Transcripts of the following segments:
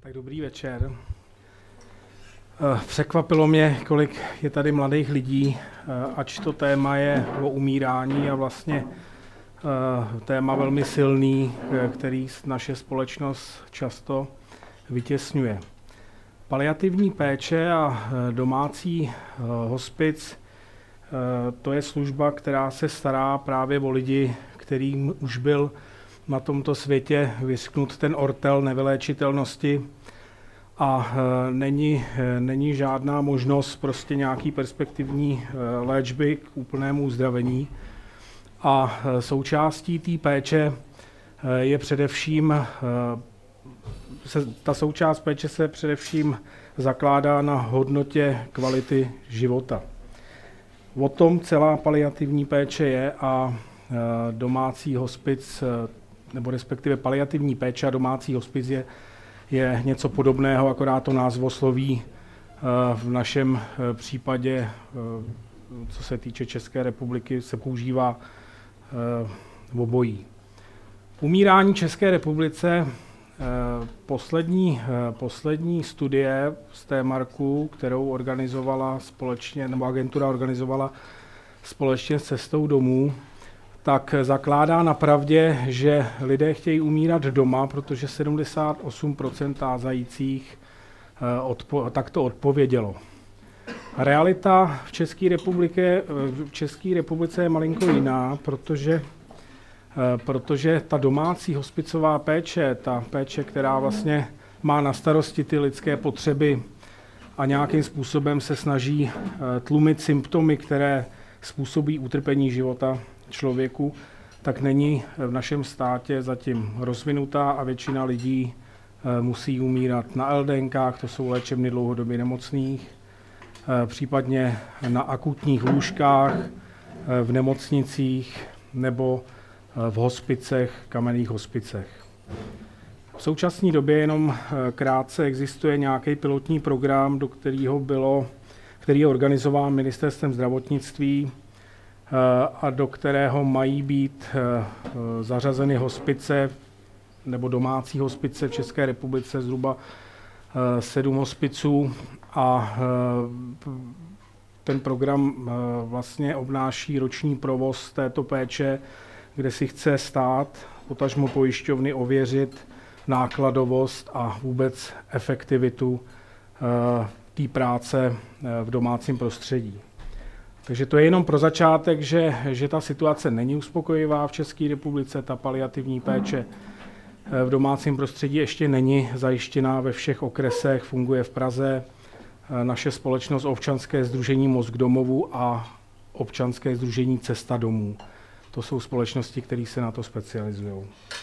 Tak dobrý večer. Překvapilo mě, kolik je tady mladých lidí, ač to téma je o umírání a vlastně téma velmi silný, který naše společnost často vytěsňuje. Paliativní péče a domácí hospic, to je služba, která se stará právě o lidi, kterým už byl na tomto světě vysknut ten ortel nevyléčitelnosti a není žádná možnost prostě nějaký perspektivní léčby k úplnému uzdravení. A součástí té péče je především, ta součást péče se především zakládá na hodnotě kvality života. O tom celá paliativní péče je a domácí hospic, nebo respektive paliativní péče a domácí hospic je něco podobného, akorát to názvosloví v našem případě, co se týče České republiky, se používá obojí. Umírání České republice, poslední studie z T-Marku, kterou organizovala společně, nebo agentura organizovala společně s Cestou domů, tak zakládá na pravdě, že lidé chtějí umírat doma, protože 78% tázajících takto odpovědělo. Realita v České republice je malinko jiná, protože ta domácí hospicová péče, ta péče, která vlastně má na starosti ty lidské potřeby a nějakým způsobem se snaží tlumit symptomy, které způsobí utrpení života člověku, tak není v našem státě zatím rozvinutá a většina lidí musí umírat na LDNkách, to jsou léčebny dlouhodobě nemocných, případně na akutních lůžkách, v nemocnicích nebo v hospicech, kamenných hospicech. V současné době jenom krátce existuje nějaký pilotní program, který je organizován Ministerstvem zdravotnictví a do kterého mají být zařazeny hospice nebo domácí hospice v České republice, zhruba 7 hospiců a ten program vlastně obnáší roční provoz této péče, kde si chce stát, potažmo pojišťovny ověřit nákladovost a vůbec efektivitu té práce v domácím prostředí. Takže to je jenom pro začátek, že ta situace není uspokojivá v České republice, ta paliativní péče v domácím prostředí ještě není zajištěná ve všech okresech, funguje v Praze naše společnost Občanské sdružení Mozk domovu a Občanské sdružení Cesta domů. To jsou společnosti, které se na to specializují.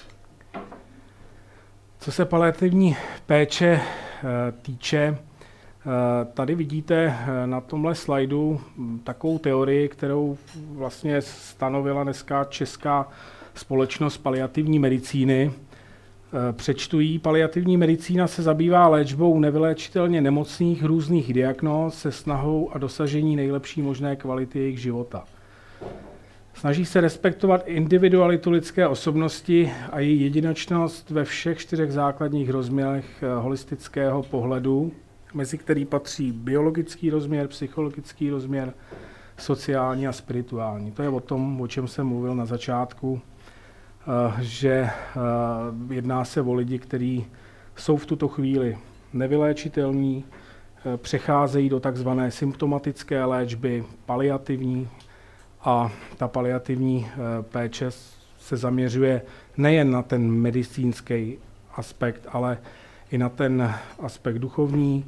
Co se paliativní péče týče, tady vidíte na tomhle slajdu takovou teorii, kterou vlastně stanovila dneska Česká společnost paliativní medicíny. Přečtu jí: paliativní medicína se zabývá léčbou nevyléčitelně nemocných různých diagnóz se snahou a dosažení nejlepší možné kvality jejich života. Snaží se respektovat individualitu lidské osobnosti a její jedinečnost ve všech 4 základních rozměrech holistického pohledu, mezi který patří biologický rozměr, psychologický rozměr, sociální a spirituální. To je o tom, o čem jsem mluvil na začátku, že jedná se o lidi, kteří jsou v tuto chvíli nevyléčitelní, přecházejí do takzvané symptomatické léčby, paliativní, a ta paliativní péče se zaměřuje nejen na ten medicínský aspekt, ale i na ten aspekt duchovní,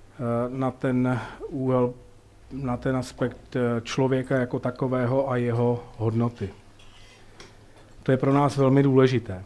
na ten aspekt člověka jako takového a jeho hodnoty. To je pro nás velmi důležité.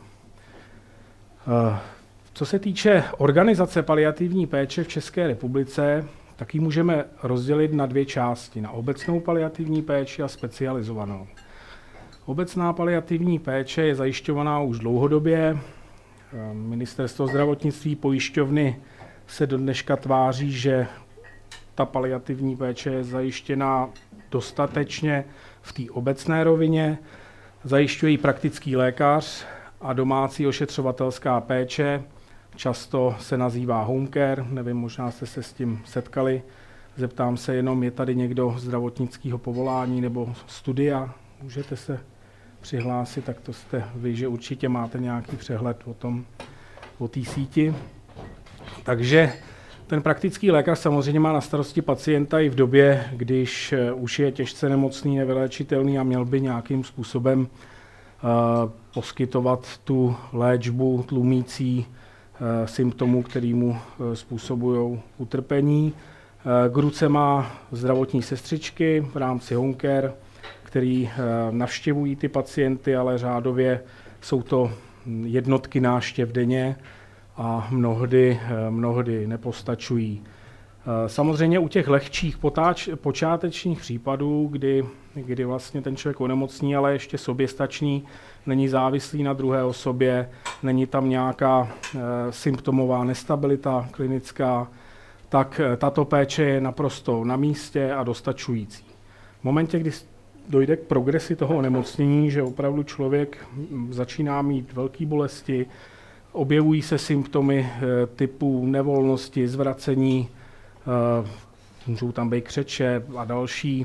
Co se týče organizace paliativní péče v České republice, tak ji můžeme rozdělit na 2 části, na obecnou paliativní péči a specializovanou. Obecná paliativní péče je zajišťovaná už dlouhodobě. Ministerstvo zdravotnictví, pojišťovny se do dneška tváří, že ta paliativní péče je zajištěná dostatečně v té obecné rovině. Zajišťuje ji praktický lékař a domácí ošetřovatelská péče často se nazývá home care, nevím, možná jste se s tím setkali. Zeptám se jenom, je tady někdo zdravotnického povolání nebo studia, můžete se přihlásit, tak to jste vy, že určitě máte nějaký přehled o té síti. Takže ten praktický lékař samozřejmě má na starosti pacienta i v době, když už je těžce nemocný, nevyléčitelný a měl by nějakým způsobem poskytovat tu léčbu tlumící symptomů, který mu způsobují utrpení. K ruce má zdravotní sestřičky v rámci home care, který navštěvují ty pacienty, ale řádově jsou to jednotky návštěv denně a mnohdy nepostačují. Samozřejmě u těch lehčích počátečních případů, kdy vlastně ten člověk onemocní, ale ještě soběstačný, není závislý na druhé osobě, není tam nějaká symptomová nestabilita klinická, tak tato péče je naprosto na místě a dostačující. V momentě, kdy dojde k progresi toho onemocnění, že opravdu člověk začíná mít velké bolesti, objevují se symptomy typu nevolnosti, zvracení, můžou tam být křeče a další.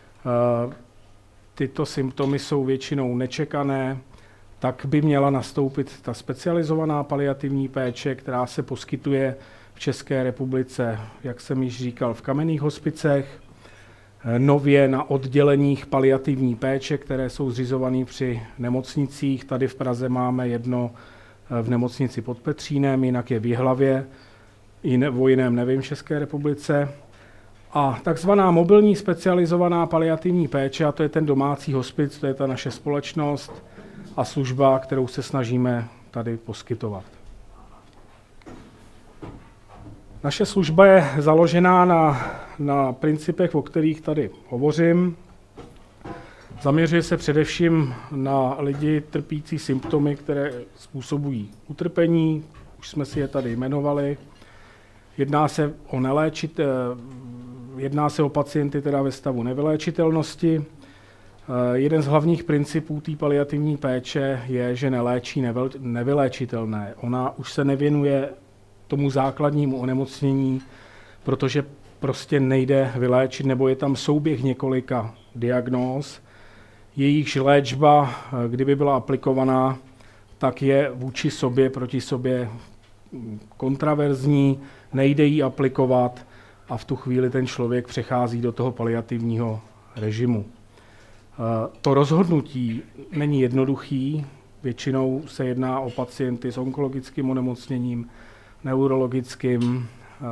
Tyto symptomy jsou většinou nečekané, tak by měla nastoupit ta specializovaná paliativní péče, která se poskytuje v České republice, jak jsem již říkal, v kamenných hospicech, nově na odděleních paliativní péče, které jsou zřizované při nemocnicích. Tady v Praze máme jedno v nemocnici pod Petřínem, jinak je v Jihlavě, o jiném nevím v České republice. A takzvaná mobilní specializovaná paliativní péče, a to je ten domácí hospic, to je ta naše společnost a služba, kterou se snažíme tady poskytovat. Naše služba je založená na principech, o kterých tady hovořím. Zaměřuje se především na lidi trpící symptomy, které způsobují utrpení, už jsme si je tady jmenovali. Jedná se o pacienty teda ve stavu nevyléčitelnosti. Jeden z hlavních principů té paliativní péče je, že neléčí nevyléčitelné. Ona už se nevěnuje tomu základnímu onemocnění, protože prostě nejde vyléčit, nebo je tam souběh několika diagnóz. Jejichž léčba, kdyby byla aplikovaná, tak je vůči sobě, proti sobě kontraverzní, nejde ji aplikovat a v tu chvíli ten člověk přechází do toho paliativního režimu. To rozhodnutí není jednoduchý, většinou se jedná o pacienty s onkologickým onemocněním, neurologickým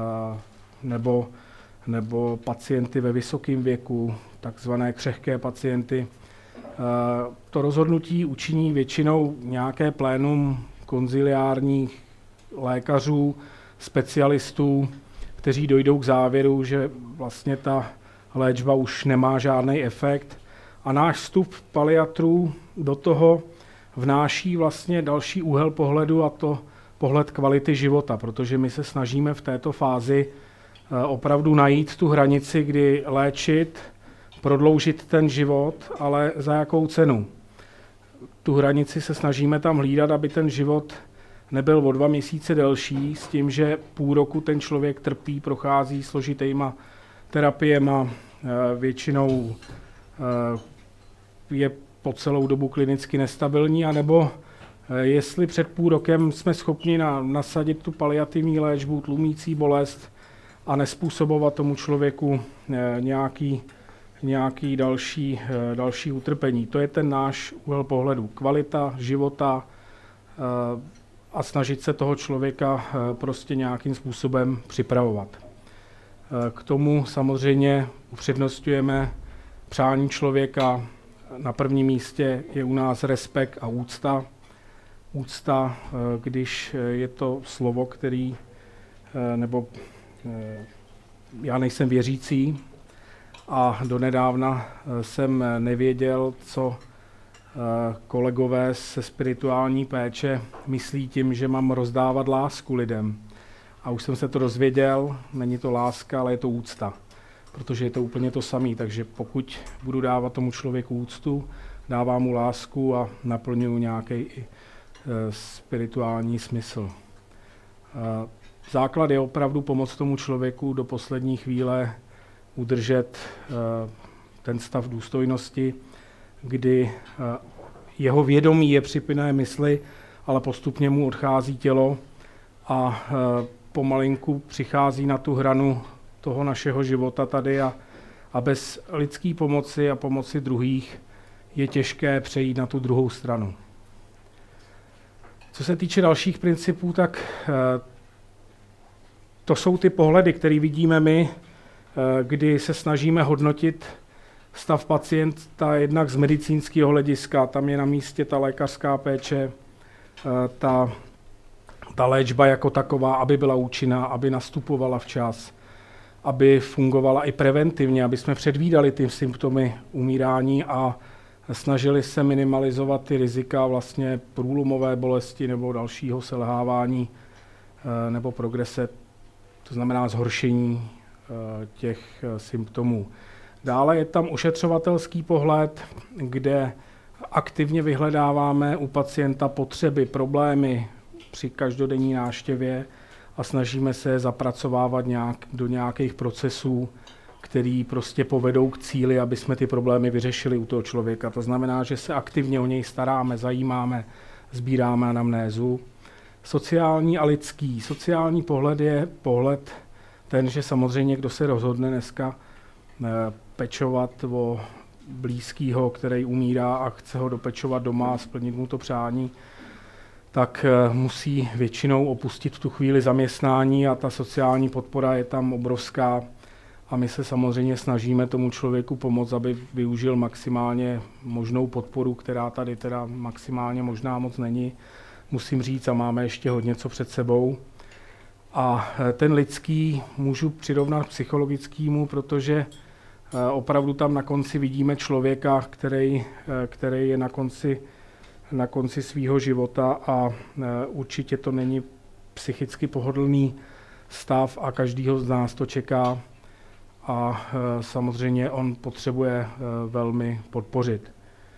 nebo pacienty ve vysokém věku, takzvané křehké pacienty. To rozhodnutí učiní většinou nějaké plénum konziliárních lékařů, specialistů, kteří dojdou k závěru, že vlastně ta léčba už nemá žádný efekt a náš vstup paliatrů do toho vnáší vlastně další úhel pohledu, a to pohled kvality života, protože my se snažíme v této fázi opravdu najít tu hranici, kdy léčit, prodloužit ten život, ale za jakou cenu. Tu hranici se snažíme tam hlídat, aby ten život nebyl o 2 měsíce delší, s tím, že půl roku ten člověk trpí, prochází složitýma terapiema, většinou je po celou dobu klinicky nestabilní, anebo jestli před půl rokem jsme schopni nasadit tu paliativní léčbu, tlumící bolest a nespůsobovat tomu člověku nějaký další utrpení. To je ten náš úhel pohledu. Kvalita života a snažit se toho člověka prostě nějakým způsobem připravovat. K tomu samozřejmě upřednostňujeme přání člověka. Na prvním místě je u nás respekt a úcta. Úcta, když je to slovo, já nejsem věřící a donedávna jsem nevěděl, co kolegové ze spirituální péče myslí tím, že mám rozdávat lásku lidem. A už jsem se to dozvěděl, není to láska, ale je to úcta, protože je to úplně to samé. Takže pokud budu dávat tomu člověku úctu, dávám mu lásku a naplňuji nějaký spirituální smysl. Základ je opravdu pomoct tomu člověku do poslední chvíle udržet ten stav důstojnosti, kdy jeho vědomí je při plné mysli, ale postupně mu odchází tělo a pomalinku přichází na tu hranu toho našeho života tady a bez lidské pomoci a pomoci druhých je těžké přejít na tu druhou stranu. Co se týče dalších principů, tak to jsou ty pohledy, které vidíme my, kdy se snažíme hodnotit stav pacienta jednak z medicínského hlediska. Tam je na místě ta lékařská péče, ta léčba jako taková, aby byla účinná, aby nastupovala včas, aby fungovala i preventivně, aby jsme předvídali ty symptomy umírání a snažili se minimalizovat ty rizika vlastně průlomové bolesti nebo dalšího selhávání nebo progrese, to znamená zhoršení těch symptomů. Dále je tam ošetřovatelský pohled, kde aktivně vyhledáváme u pacienta potřeby, problémy při každodenní návštěvě a snažíme se zapracovávat do nějakých procesů, který prostě povedou k cíli, aby jsme ty problémy vyřešili u toho člověka. To znamená, že se aktivně o něj staráme, zajímáme, sbíráme anamnézu. Sociální a lidský. Sociální pohled je pohled ten, že samozřejmě, kdo se rozhodne dneska pečovat o blízkýho, který umírá a chce ho dopečovat doma a splnit mu to přání, tak musí většinou opustit v tu chvíli zaměstnání a ta sociální podpora je tam obrovská. A my se samozřejmě snažíme tomu člověku pomoct, aby využil maximálně možnou podporu, která tady teda maximálně možná moc není. Musím říct, a máme ještě hodně co před sebou. A ten lidský můžu přirovnat psychologickému, protože opravdu tam na konci vidíme člověka, který je na konci svého života a určitě to není psychicky pohodlný stav a každýho z nás to čeká. A samozřejmě on potřebuje velmi podpořit.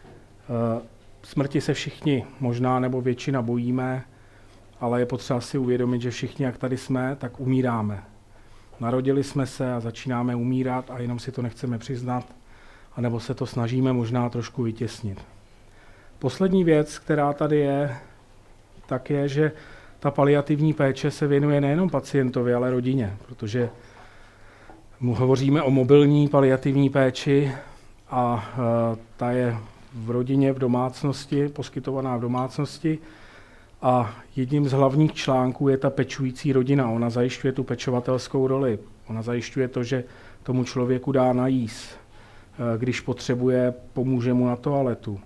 Smrti se všichni možná nebo většina bojíme, ale je potřeba si uvědomit, že všichni, jak tady jsme, tak umíráme. Narodili jsme se a začínáme umírat a jenom si to nechceme přiznat, anebo se to snažíme možná trošku vytěsnit. Poslední věc, která tady je, tak je, že ta paliativní péče se věnuje nejenom pacientovi, ale rodině, protože hovoříme o mobilní paliativní péči a ta je v rodině, v domácnosti, poskytovaná v domácnosti a jedním z hlavních článků je ta pečující rodina. Ona zajišťuje tu pečovatelskou roli. Ona zajišťuje to, že tomu člověku dá najíst. Když potřebuje, pomůže mu na toaletu.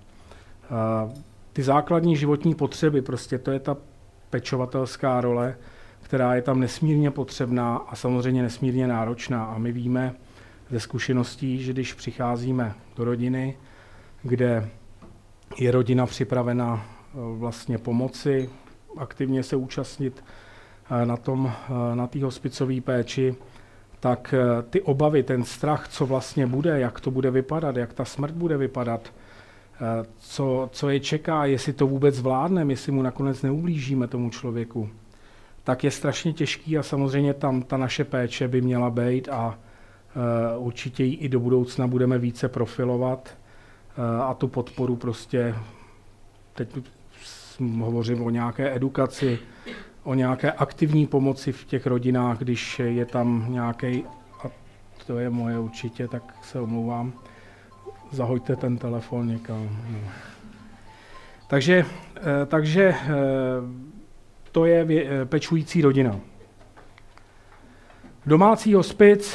Ty základní životní potřeby, prostě to je ta pečovatelská role, která je tam nesmírně potřebná a samozřejmě nesmírně náročná. A my víme ze zkušeností, že když přicházíme do rodiny, kde je rodina připravena vlastně pomoci, aktivně se účastnit na té hospicové péči, tak ty obavy, ten strach, co vlastně bude, jak to bude vypadat, jak ta smrt bude vypadat, co je čeká, jestli to vůbec zvládneme, jestli mu nakonec neublížíme tomu člověku, tak je strašně těžký a samozřejmě tam ta naše péče by měla být a určitě ji i do budoucna budeme více profilovat a tu podporu prostě, teď hovořím o nějaké edukaci, o nějaké aktivní pomoci v těch rodinách, když je tam nějaký, a to je moje určitě, tak se omlouvám, zahoďte ten telefon někam. No. Takže to je pečující rodina. Domácí hospic,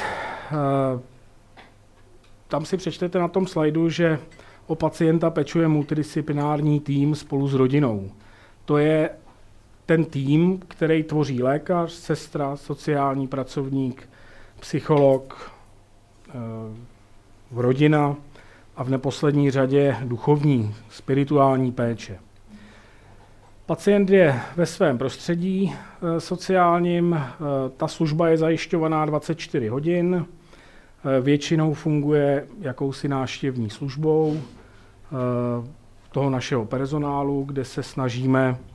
tam si přečtete na tom slajdu, že o pacienta pečuje multidisciplinární tým spolu s rodinou. To je ten tým, který tvoří lékař, sestra, sociální pracovník, psycholog, rodina a v neposlední řadě duchovní, spirituální péče. Pacient je ve svém prostředí sociálním, ta služba je zajišťovaná 24 hodin, většinou funguje jakousi návštěvní službou toho našeho personálu, kde se snažíme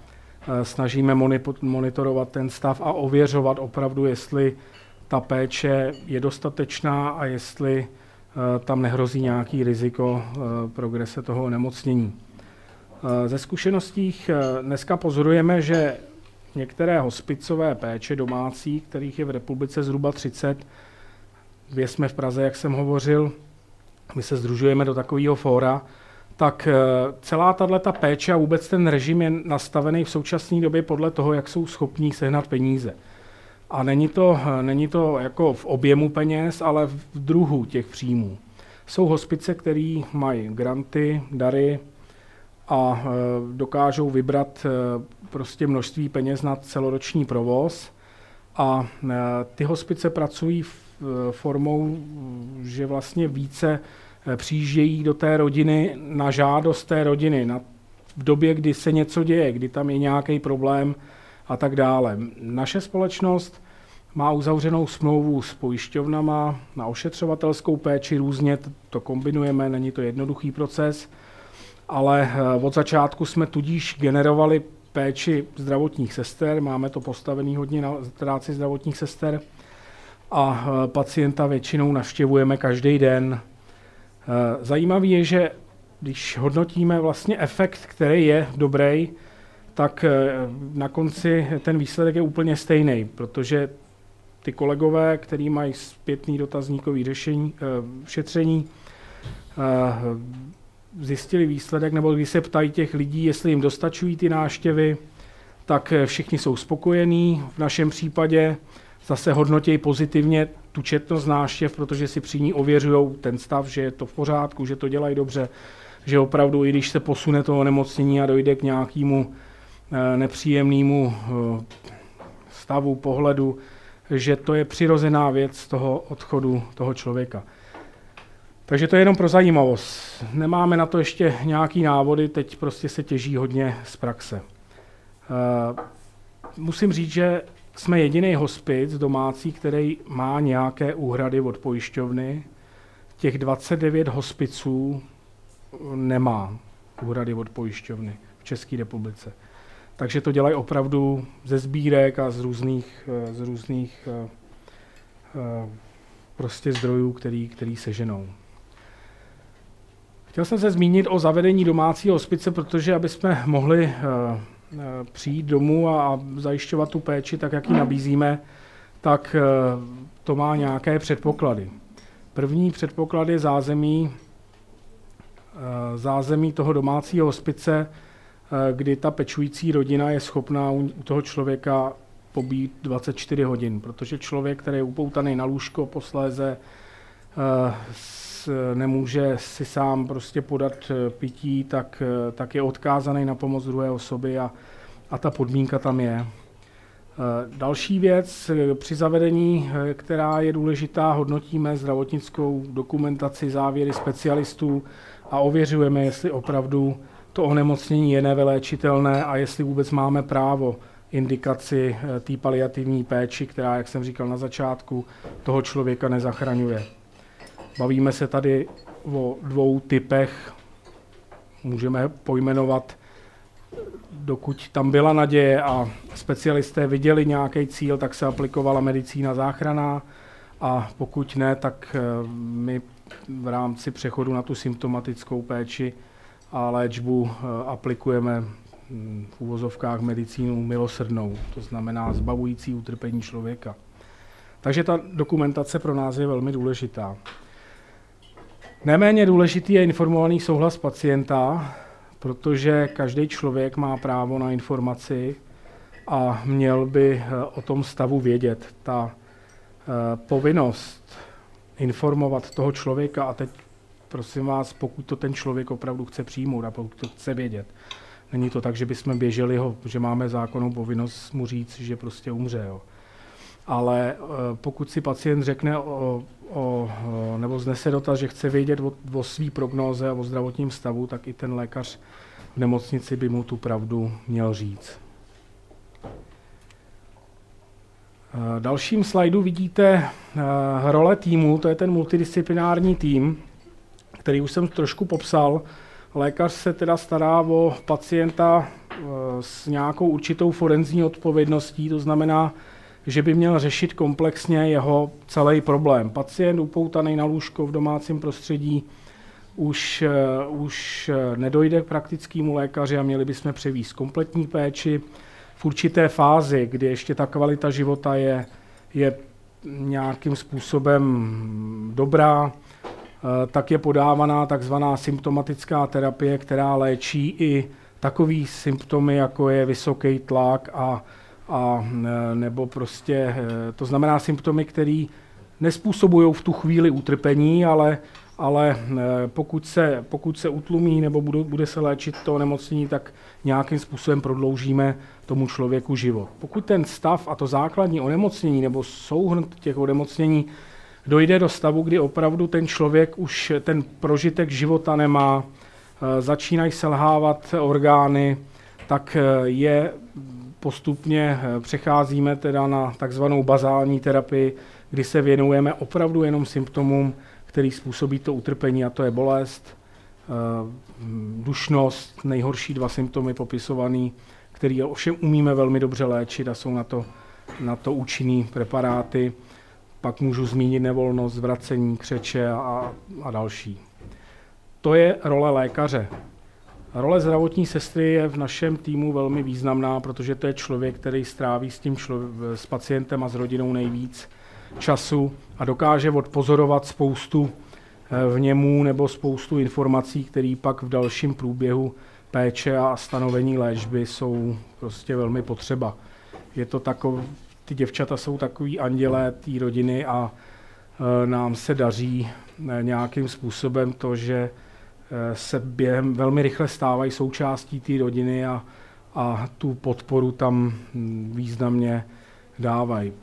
snažíme monitorovat ten stav a ověřovat opravdu, jestli ta péče je dostatečná a jestli tam nehrozí nějaký riziko progrese toho onemocnění. Ze zkušeností dneska pozorujeme, že některé hospicové péče domácí, kterých je v republice zhruba 30, dvě jsme v Praze, jak jsem hovořil, my se sdružujeme do takového fóra, tak celá tato péče a vůbec ten režim je nastavený v současné době podle toho, jak jsou schopní sehnat peníze. A není to jako v objemu peněz, ale v druhu těch příjmů. Jsou hospice, které mají granty, dary a dokážou vybrat prostě množství peněz na celoroční provoz. A ty hospice pracují formou, že vlastně více přijíždějí do té rodiny na žádost té rodiny, v době, kdy se něco děje, kdy tam je nějaký problém a tak dále. Naše společnost má uzavřenou smlouvu s pojišťovnama na ošetřovatelskou péči, různě to kombinujeme, není to jednoduchý proces, ale od začátku jsme tudíž generovali péči zdravotních sester, máme to postavený hodně na práci zdravotních sester a pacienta většinou navštěvujeme každý den. Zajímavé je, že když hodnotíme vlastně efekt, který je dobrý, tak na konci ten výsledek je úplně stejný, protože ty kolegové, kteří mají zpětný dotazníkový šetření, zjistili výsledek, nebo když se ptají těch lidí, jestli jim dostačují ty návštěvy, tak všichni jsou spokojení. V našem případě zase hodnotí pozitivně tu četnost návštěv, protože si při ní ověřují ten stav, že je to v pořádku, že to dělají dobře, že opravdu, i když se posune to onemocnění a dojde k nějakému nepříjemnému stavu, pohledu, že to je přirozená věc toho odchodu toho člověka. Takže to je jenom pro zajímavost. Nemáme na to ještě nějaký návody, teď prostě se těží hodně z praxe. Musím říct, že jsme jediný hospic domácí, který má nějaké úhrady od pojišťovny. Těch 29 hospiců nemá úhrady od pojišťovny v České republice. Takže to dělají opravdu ze sbírek a z různých prostě zdrojů, který seženou. Chtěl jsem se zmínit o zavedení domácího hospice, protože aby jsme mohli přijít domů a zajišťovat tu péči tak, jak ji nabízíme, tak to má nějaké předpoklady. První předpoklad je zázemí toho domácího hospice, kdy ta pečující rodina je schopná u toho člověka pobít 24 hodin, protože člověk, který je upoutaný na lůžko, posléze nemůže si sám prostě podat pití, tak je odkázaný na pomoc druhé osoby a ta podmínka tam je. Další věc při zavedení, která je důležitá, hodnotíme zdravotnickou dokumentaci, závěry specialistů a ověřujeme, jestli opravdu to onemocnění je nevyléčitelné a jestli vůbec máme právo indikaci té paliativní péči, která, jak jsem říkal na začátku, toho člověka nezachraňuje. Bavíme se tady o dvou typech, můžeme pojmenovat, dokud tam byla naděje a specialisté viděli nějaký cíl, tak se aplikovala medicína záchranná a pokud ne, tak my v rámci přechodu na tu symptomatickou péči a léčbu aplikujeme v uvozovkách medicínu milosrdnou, to znamená zbavující utrpení člověka. Takže ta dokumentace pro nás je velmi důležitá. Neméně důležitý je informovaný souhlas pacienta, protože každý člověk má právo na informaci a měl by o tom stavu vědět. Ta povinnost informovat toho člověka, a teď prosím vás, pokud to ten člověk opravdu chce přijmout a pokud to chce vědět. Není to tak, že bychom běželi že máme zákonnou povinnost mu říct, že prostě umře. Jo. Ale pokud si pacient řekne nebo znese dotaz, že chce vědět o své prognóze a o zdravotním stavu, tak i ten lékař v nemocnici by mu tu pravdu měl říct. Dalším slajdu vidíte role týmu, to je ten multidisciplinární tým, který už jsem trošku popsal. Lékař se teda stará o pacienta s nějakou určitou forenzní odpovědností, to znamená, že by měl řešit komplexně jeho celý problém. Pacient upoutaný na lůžko v domácím prostředí už nedojde k praktickému lékaři a měli bychom převést kompletní péči. V určité fázi, kdy ještě ta kvalita života je nějakým způsobem dobrá, tak je podávaná takzvaná symptomatická terapie, která léčí i takový symptomy, jako je vysoký tlak a nebo prostě, to znamená symptomy, které nespůsobují v tu chvíli utrpení, ale pokud se utlumí nebo bude se léčit to onemocnění, tak nějakým způsobem prodloužíme tomu člověku život. Pokud ten stav a to základní onemocnění nebo souhrn těch onemocnění dojde do stavu, kdy opravdu ten člověk už ten prožitek života nemá, začínají selhávat orgány, tak postupně přecházíme teda na takzvanou bazální terapii, kdy se věnujeme opravdu jenom symptomům, který způsobí to utrpení, a to je bolest, dušnost, nejhorší 2 symptomy popisovaný, který ovšem umíme velmi dobře léčit a jsou na to účinný preparáty. Pak můžu zmínit nevolnost, zvracení, křeče a další. To je role lékaře. Role zdravotní sestry je v našem týmu velmi významná, protože to je člověk, který stráví s pacientem a s rodinou nejvíc času a dokáže odpozorovat spoustu vněmů nebo spoustu informací, které pak v dalším průběhu péče a stanovení léčby jsou prostě velmi potřeba. Je to ty děvčata jsou takový andělé té rodiny a nám se daří nějakým způsobem to, že se během velmi rychle stávají součástí té rodiny a tu podporu tam významně dávají.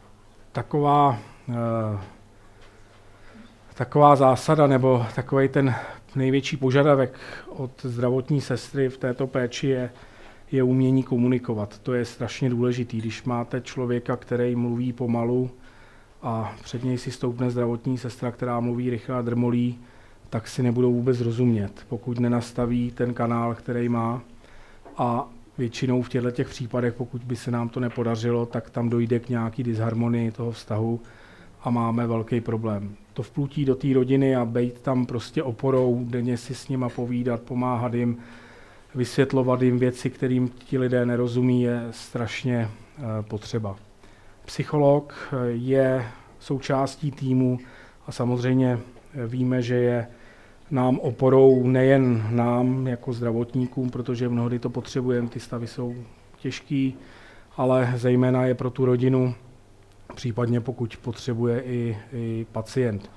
Taková zásada nebo takový ten největší požadavek od zdravotní sestry v této péči je umění komunikovat. To je strašně důležitý. Když máte člověka, který mluví pomalu a před něj si stoupne zdravotní sestra, která mluví rychle a drmolí, tak si nebudou vůbec rozumět, pokud nenastaví ten kanál, který má. A většinou v těchto případech, pokud by se nám to nepodařilo, tak tam dojde k nějaký disharmonii toho vztahu a máme velký problém. To vplutí do té rodiny a být tam prostě oporou, denně si s nima povídat, pomáhat jim, vysvětlovat jim věci, kterým ti lidé nerozumí, je strašně potřeba. Psycholog je součástí týmu a samozřejmě víme, že je nám oporou nejen nám jako zdravotníkům, protože mnohdy to potřebujeme, ty stavy jsou těžký, ale zejména je pro tu rodinu, případně pokud potřebuje i pacient.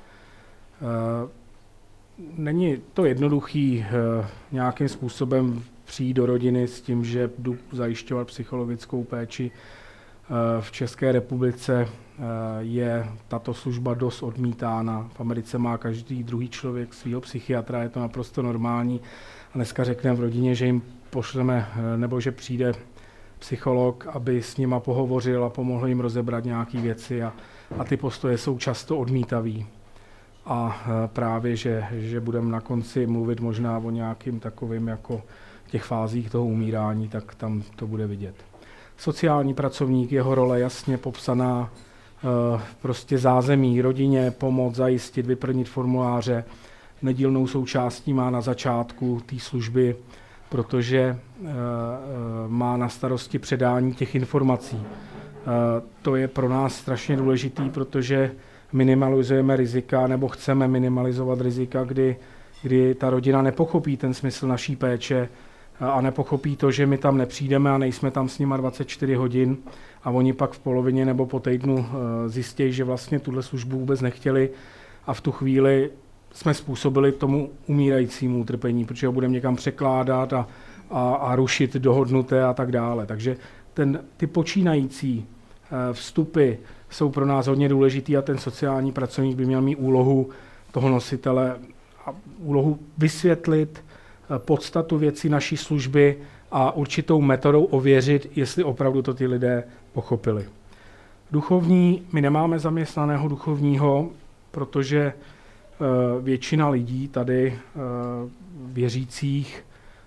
Není to jednoduchý nějakým způsobem přijít do rodiny s tím, že jdu zajišťovat psychologickou péči. V České republice je tato služba dost odmítána. V Americe má každý druhý člověk svého psychiatra, je to naprosto normální. A dneska řekneme v rodině, že jim pošleme, nebo že přijde psycholog, aby s nima pohovořil a pomohl jim rozebrat nějaké věci a ty postoje jsou často odmítavý. A právě, že budeme na konci mluvit možná o nějakým takovým jako těch fázích toho umírání, tak tam to bude vidět. Sociální pracovník, jeho role jasně popsaná, prostě zázemí rodině, pomoc, zajistit, vyplnit formuláře. Nedílnou součástí má na začátku té služby, protože má na starosti předání těch informací. To je pro nás strašně důležitý, protože minimalizujeme rizika, nebo chceme minimalizovat rizika, kdy ta rodina nepochopí ten smysl naší péče a nepochopí to, že my tam nepřijdeme a nejsme tam s nima 24 hodin a oni pak v polovině nebo po týdnu zjistí, že vlastně tuhle službu vůbec nechtěli a v tu chvíli jsme způsobili tomu umírajícímu utrpení, protože ho budeme někam překládat a rušit dohodnuté a tak dále. Takže ty počínající vstupy jsou pro nás hodně důležitý a ten sociální pracovník by měl mít úlohu toho nositele a úlohu vysvětlit podstatu věcí naší služby a určitou metodou ověřit, jestli opravdu to ty lidé pochopili. Duchovní, my nemáme zaměstnaného duchovního, protože většina lidí tady věřících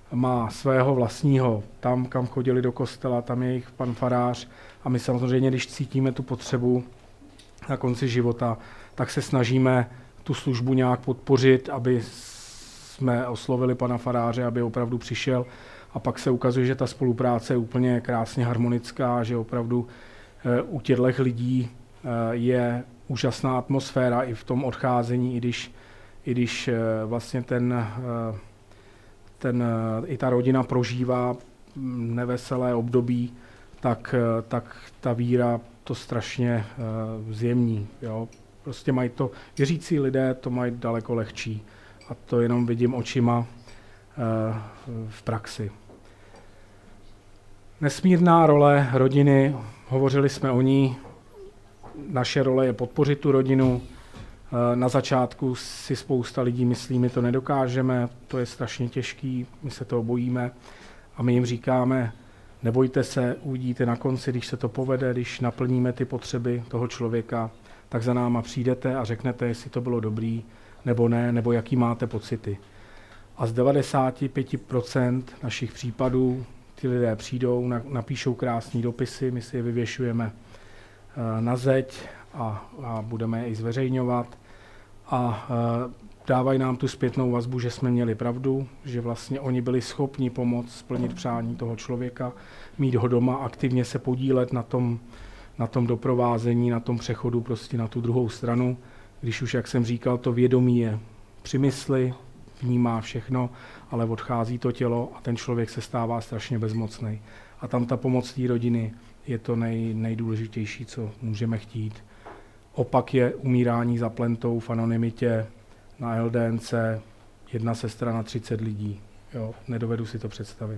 má svého vlastního, tam, kam chodili do kostela, tam je jejich pan farář a my samozřejmě, když cítíme tu potřebu na konci života, tak se snažíme tu službu nějak podpořit, aby jsme oslovili pana faráře, aby opravdu přišel a pak se ukazuje, že ta spolupráce je úplně krásně harmonická, že opravdu u těchto lidí je úžasná atmosféra i v tom odcházení, i když vlastně i ta rodina prožívá neveselé období, tak ta víra to strašně zjemní. Jo? Prostě mají to, věřící lidé to mají daleko lehčí a to jenom vidím očima v praxi. Nesmírná role rodiny, hovořili jsme o ní, naše role je podpořit tu rodinu. Na začátku si spousta lidí myslí, my to nedokážeme, to je strašně těžký, my se toho bojíme a my jim říkáme, nebojte se, uvidíte na konci, když se to povede, když naplníme ty potřeby toho člověka, tak za náma přijdete a řeknete, jestli to bylo dobrý nebo ne, nebo jaký máte pocity. A z 95% našich případů ty lidé přijdou, napíšou krásné dopisy, my si je vyvěšujeme na zeď a budeme je i zveřejňovat a dávají nám tu zpětnou vazbu, že jsme měli pravdu, že vlastně oni byli schopni pomoct splnit přání toho člověka, mít ho doma, aktivně se podílet na tom doprovázení, na tom přechodu prostě na tu druhou stranu, když už, jak jsem říkal, to vědomí je při mysli, vnímá všechno, ale odchází to tělo a ten člověk se stává strašně bezmocný. A tam ta pomoc té rodiny je to nejdůležitější, co můžeme chtít. Opak je umírání za plentou v anonymitě na LDNC, jedna sestra na 30 lidí. Jo, nedovedu si to představit.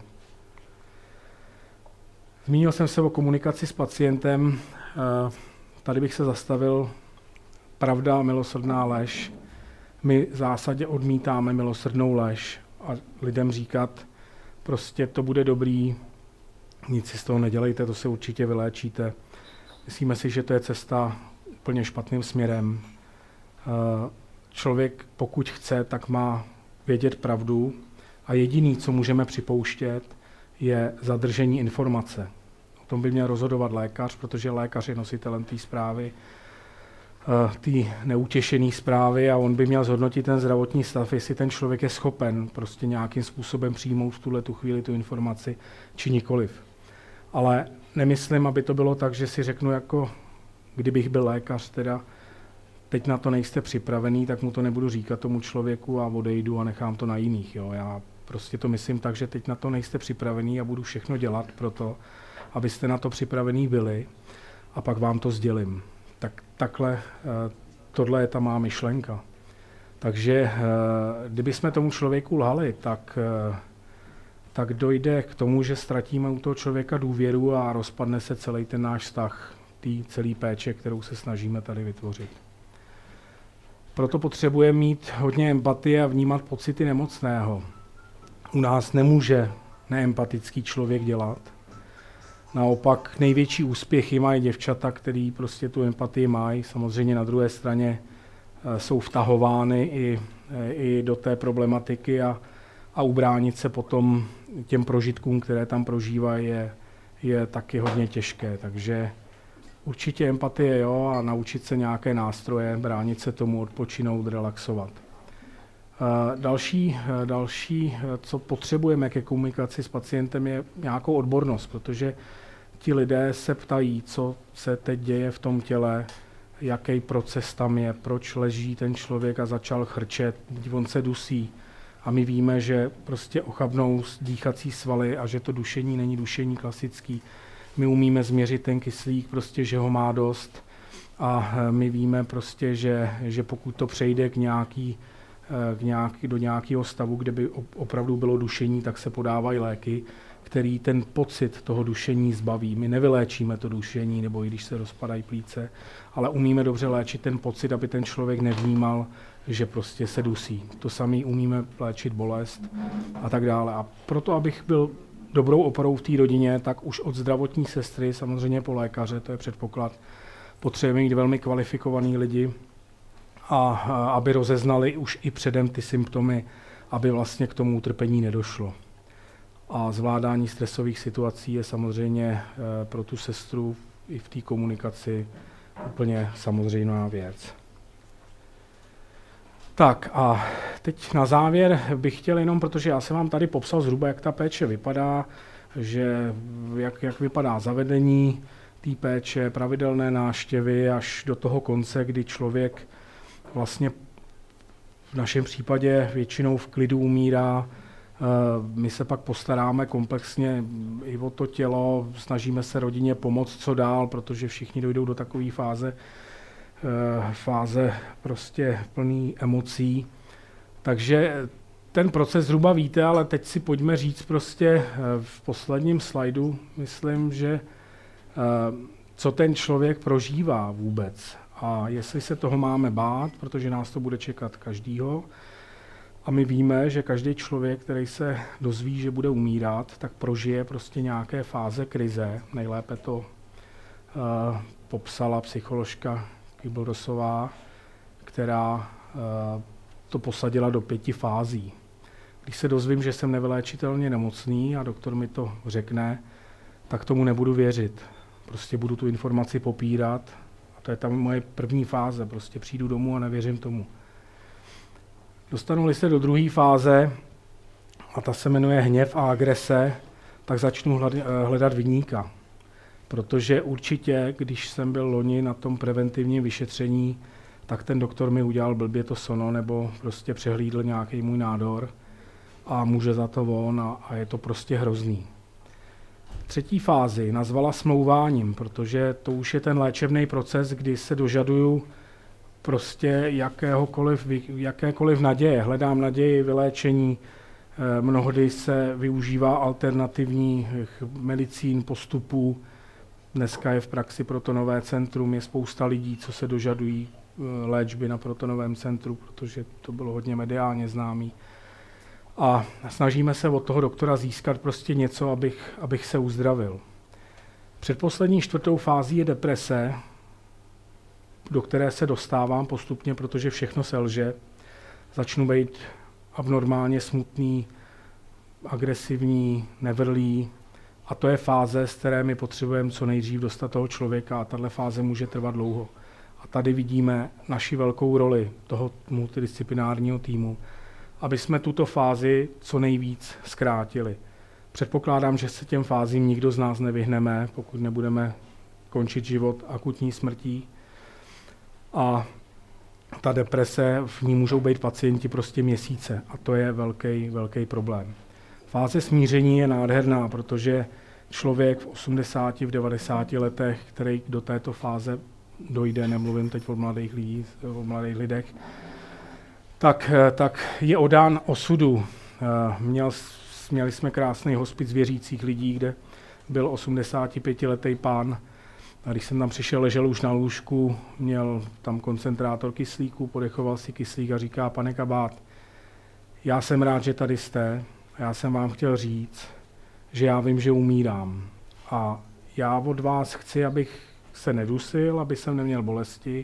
Zmínil jsem se o komunikaci s pacientem. Tady bych se zastavil. Pravda a milosrdná lež. My v zásadě odmítáme milosrdnou lež a lidem říkat, prostě to bude dobrý, nic si z toho nedělejte, to se určitě vyléčíte. Myslíme si, že to je cesta úplně špatným směrem. Člověk, pokud chce, tak má vědět pravdu a jediný, co můžeme připouštět, je zadržení informace. O tom by měl rozhodovat lékař, protože lékař je nositelem té zprávy, té neutěšené zprávy a on by měl zhodnotit ten zdravotní stav, jestli ten člověk je schopen prostě nějakým způsobem přijmout v tu chvíli tu informaci, či nikoliv. Ale nemyslím, aby to bylo tak, že si řeknu, jako kdybych byl lékař, teda teď na to nejste připravený, tak mu to nebudu říkat tomu člověku a odejdu a nechám to na jiných. Jo. Já prostě to myslím tak, že teď na to nejste připravený a budu všechno dělat pro to, abyste na to připravený byli a pak vám to sdělím. Takhle, tohle je ta má myšlenka. Takže kdybychom tomu člověku lhali, tak dojde k tomu, že ztratíme u toho člověka důvěru a rozpadne se celý ten náš vztah, té celé péče, kterou se snažíme tady vytvořit. Proto potřebujeme mít hodně empatie a vnímat pocity nemocného. U nás nemůže neempatický člověk dělat. Naopak největší úspěchy mají děvčata, který prostě tu empatii mají. Samozřejmě na druhé straně jsou vtahovány i do té problematiky a ubránit se potom těm prožitkům, které tam prožívají, je taky hodně těžké. Takže určitě empatie, jo, a naučit se nějaké nástroje, bránit se tomu, odpočinout, relaxovat. Další, co potřebujeme ke komunikaci s pacientem, je nějakou odbornost, protože ti lidé se ptají, co se teď děje v tom těle, jaký proces tam je, proč leží ten člověk a začal chrčet, on se dusí. A my víme, že prostě ochabnou dýchací svaly a že to dušení není dušení klasický. My umíme změřit ten kyslík, prostě, že ho má dost a my víme prostě, že pokud to přejde do nějakého stavu, kde by opravdu bylo dušení, tak se podávají léky, který ten pocit toho dušení zbaví. My nevyléčíme to dušení, nebo i když se rozpadají plíce, ale umíme dobře léčit ten pocit, aby ten člověk nevnímal, že prostě se dusí. To samé umíme léčit bolest a tak dále. A proto, abych byl dobrou oporou v té rodině, tak už od zdravotní sestry, samozřejmě po lékaře, to je předpoklad, potřebujeme mít velmi kvalifikovaný lidi, a aby rozeznali už i předem ty symptomy, aby vlastně k tomu utrpení nedošlo. A zvládání stresových situací je samozřejmě pro tu sestru i v té komunikaci úplně samozřejmá věc. Tak a teď na závěr bych chtěl jenom, protože já jsem vám tady popsal zhruba, jak ta péče vypadá, že jak vypadá zavedení té péče, pravidelné návštěvy až do toho konce, kdy člověk vlastně v našem případě většinou v klidu umírá. My se pak postaráme komplexně i o to tělo, snažíme se rodině pomoct, co dál, protože všichni dojdou do takové fáze prostě plný emocí. Takže ten proces zhruba víte, ale teď si pojďme říct prostě v posledním slajdu, myslím, že co ten člověk prožívá vůbec a jestli se toho máme bát, protože nás to bude čekat každýho. A my víme, že každý člověk, který se dozví, že bude umírat, tak prožije prostě nějaké fáze krize. Nejlépe to popsala psycholožka Kübler-Rossová, která to posadila do 5 fází. Když se dozvím, že jsem nevyléčitelně nemocný a doktor mi to řekne, tak tomu nebudu věřit. Prostě budu tu informaci popírat a to je tam moje první fáze. Prostě přijdu domů a nevěřím tomu. Dostanu-li se do druhé fáze, a ta se jmenuje hněv a agrese, tak začnu hledat viníka. Protože určitě, když jsem byl loni na tom preventivním vyšetření, tak ten doktor mi udělal blbě to sono nebo prostě přehlídl nějaký můj nádor a může za to on a je to prostě hrozný. Třetí fázi nazvala smlouváním, protože to už je ten léčebný proces, kdy se dožaduju prostě jakékoliv naděje. Hledám naději, vyléčení, mnohdy se využívá alternativní medicín, postupů. Dneska je v praxi protonové centrum, je spousta lidí, co se dožadují léčby na protonovém centru, protože to bylo hodně mediálně známý. A snažíme se od toho doktora získat prostě něco, abych se uzdravil. Předposlední 4. fází je deprese, do které se dostávám postupně, protože všechno selže. Začnu být abnormálně smutný, agresivní, nevrlý. A to je fáze, z které my potřebujeme co nejdřív dostat toho člověka a tahle fáze může trvat dlouho. A tady vidíme naši velkou roli toho multidisciplinárního týmu, aby jsme tuto fázi co nejvíc zkrátili. Předpokládám, že se těm fázím nikdo z nás nevyhneme, pokud nebudeme končit život akutní smrtí. A ta deprese, v ní můžou být pacienti prostě měsíce a to je velký problém. Fáze smíření je nádherná, protože člověk v 80, v 90 letech, který do této fáze dojde, nemluvím teď o mladých lidech, tak je odán osudu. Měli jsme krásný hospic věřících lidí, kde byl 85letý pán. A když jsem tam přišel, ležel už na lůžku, měl tam koncentrátor kyslíku, podechoval si kyslík a říká: pane Kabát, já jsem rád, že tady jste. Já jsem vám chtěl říct, že já vím, že umírám. A já od vás chci, abych se nedusil, aby jsem neměl bolesti,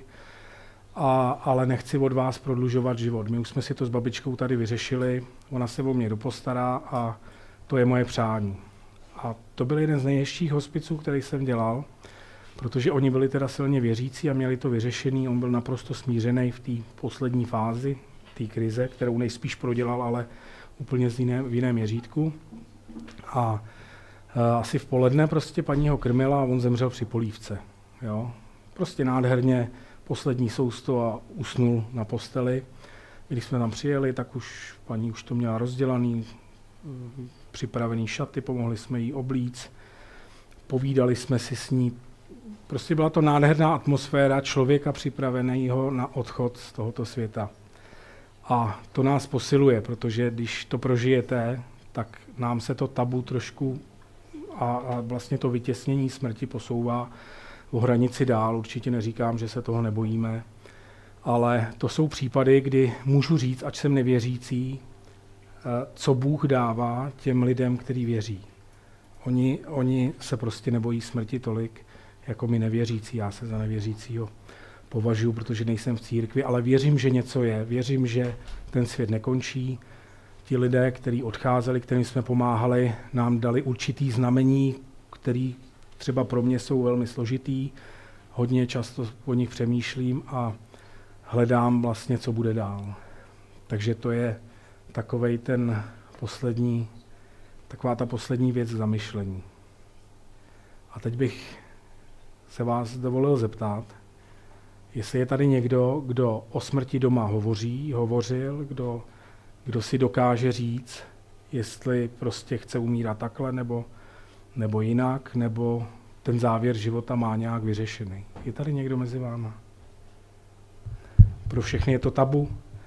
ale nechci od vás prodlužovat život. My už jsme si to s babičkou tady vyřešili, ona se o mě dopostará a to je moje přání. A to byl jeden z nejhezčích hospiců, který jsem dělal, protože oni byli teda silně věřící a měli to vyřešený. On byl naprosto smířený v té poslední fázi, té krize, kterou nejspíš prodělal, ale úplně v jiném měřítku. A asi v poledne prostě paní ho krmila a on zemřel při polívce. Jo? Prostě nádherně, poslední sousto a usnul na posteli. Když jsme tam přijeli, tak už paní už to měla rozdělaný, připravený šaty, pomohli jsme jí oblíct, povídali jsme si s ní. Prostě byla to nádherná atmosféra člověka připraveného na odchod z tohoto světa. A to nás posiluje, protože když to prožijete, tak nám se to tabu trošku a vlastně to vytěsnění smrti posouvá o hranici dál. Určitě neříkám, že se toho nebojíme, ale to jsou případy, kdy můžu říct, ať jsem nevěřící, co Bůh dává těm lidem, kteří věří. Oni se prostě nebojí smrti tolik, jako my nevěřící. Já se za nevěřícího považuji, protože nejsem v církvi, ale věřím, že něco je. Věřím, že ten svět nekončí. ti lidé, kteří odcházeli, kterým jsme pomáhali, nám dali určitý znamení, který třeba pro mě jsou velmi složitý. Hodně často o nich přemýšlím a hledám vlastně, co bude dál. Takže to je taková ta poslední věc k zamyšlení. A teď bych se vás dovolil zeptat, jestli je tady někdo, kdo o smrti doma hovořil, kdo si dokáže říct, jestli prostě chce umírat takhle nebo jinak, nebo ten závěr života má nějak vyřešený. Je tady někdo mezi váma? Pro všechny je to tabu?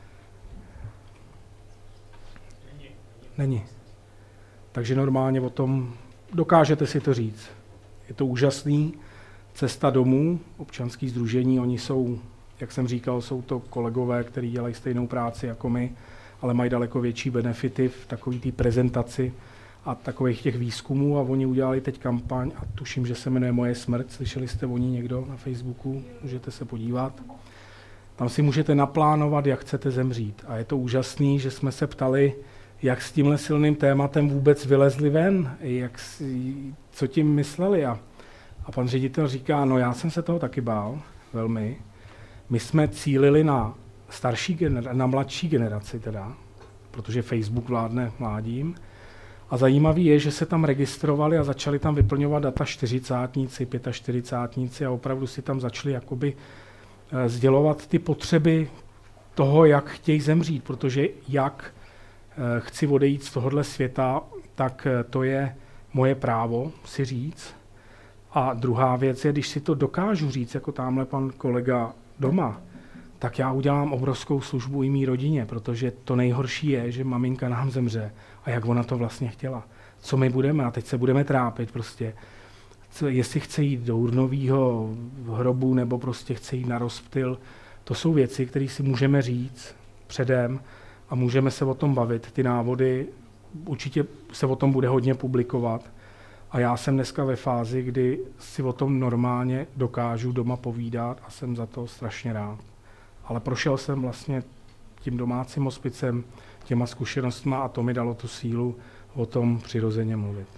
Není. Takže normálně o tom dokážete si to říct. Je to úžasný. Cesta domů, občanský sdružení, oni jsou, jak jsem říkal, jsou to kolegové, kteří dělají stejnou práci jako my, ale mají daleko větší benefity v takové té prezentaci a takových těch výzkumů a oni udělali teď kampaň a tuším, že se jmenuje Moje smrt. Slyšeli jste o ní někdo na Facebooku? Můžete se podívat. Tam si můžete naplánovat, jak chcete zemřít. A je to úžasný, že jsme se ptali, jak s tímhle silným tématem vůbec vylezli ven, co tím mysleli. A pan ředitel říká, no já jsem se toho taky bál, velmi. My jsme cílili na mladší generaci teda, protože Facebook vládne mládím. A zajímavý je, že se tam registrovali a začali tam vyplňovat data 40-tníci, 45-tníci a opravdu si tam začali jakoby sdělovat ty potřeby toho, jak chtějí zemřít, protože jak chci odejít z tohohle světa, tak to je moje právo si říct. A druhá věc je, když si to dokážu říct, jako tamhle pan kolega doma, tak já udělám obrovskou službu i mý rodině, protože to nejhorší je, že maminka nám zemře a jak ona to vlastně chtěla. Co my budeme? A teď se budeme trápit prostě. Jestli chce jít do urnového hrobu nebo prostě chce jít na rozptyl, to jsou věci, které si můžeme říct předem a můžeme se o tom bavit. Ty návody, určitě se o tom bude hodně publikovat. A já jsem dneska ve fázi, kdy si o tom normálně dokážu doma povídat a jsem za to strašně rád. Ale prošel jsem vlastně tím domácím hospicem, těma zkušenostma a to mi dalo tu sílu o tom přirozeně mluvit.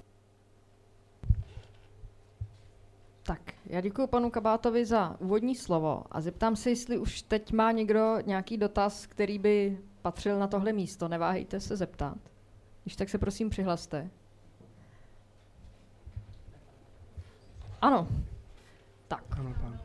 Tak, já děkuji panu Kabátovi za úvodní slovo a zeptám se, jestli už teď má někdo nějaký dotaz, který by patřil na tohle místo. Neváhejte se zeptat. Když tak se prosím přihlaste. Ano. Tak. Ano, pán.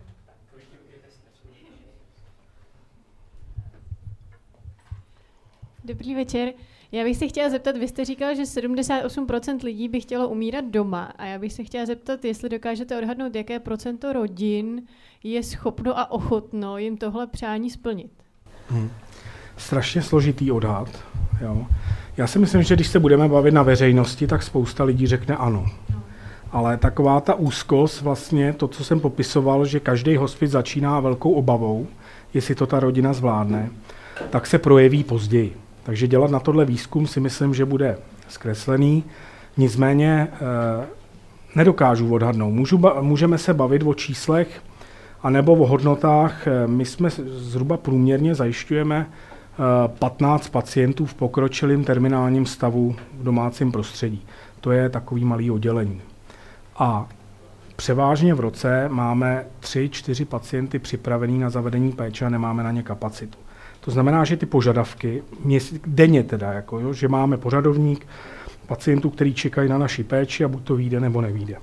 Dobrý večer. Já bych se chtěla zeptat, vy jste říkal, že 78% lidí by chtělo umírat doma a já bych se chtěla zeptat, jestli dokážete odhadnout, jaké procento rodin je schopno a ochotno jim tohle přání splnit. Strašně složitý odhad. Jo. Já si myslím, že když se budeme bavit na veřejnosti, tak spousta lidí řekne ano. Ale taková ta úzkost, vlastně to, co jsem popisoval, že každý hospic začíná velkou obavou, jestli to ta rodina zvládne, tak se projeví později. Takže dělat na tohle výzkum si myslím, že bude zkreslený. Nicméně nedokážu odhadnout. Můžeme se bavit o číslech anebo o hodnotách. My jsme zhruba průměrně zajišťujeme 15 pacientů v pokročilém terminálním stavu v domácím prostředí. To je takový malý oddělení. A převážně v roce máme 3-4 pacienty připravený na zavedení péče a nemáme na ně kapacitu. To znamená, že ty požadavky, denně teda, jako, jo, že máme pořadovník pacientů, který čekají na naši péči a buď to vyjde, nebo nevyjde.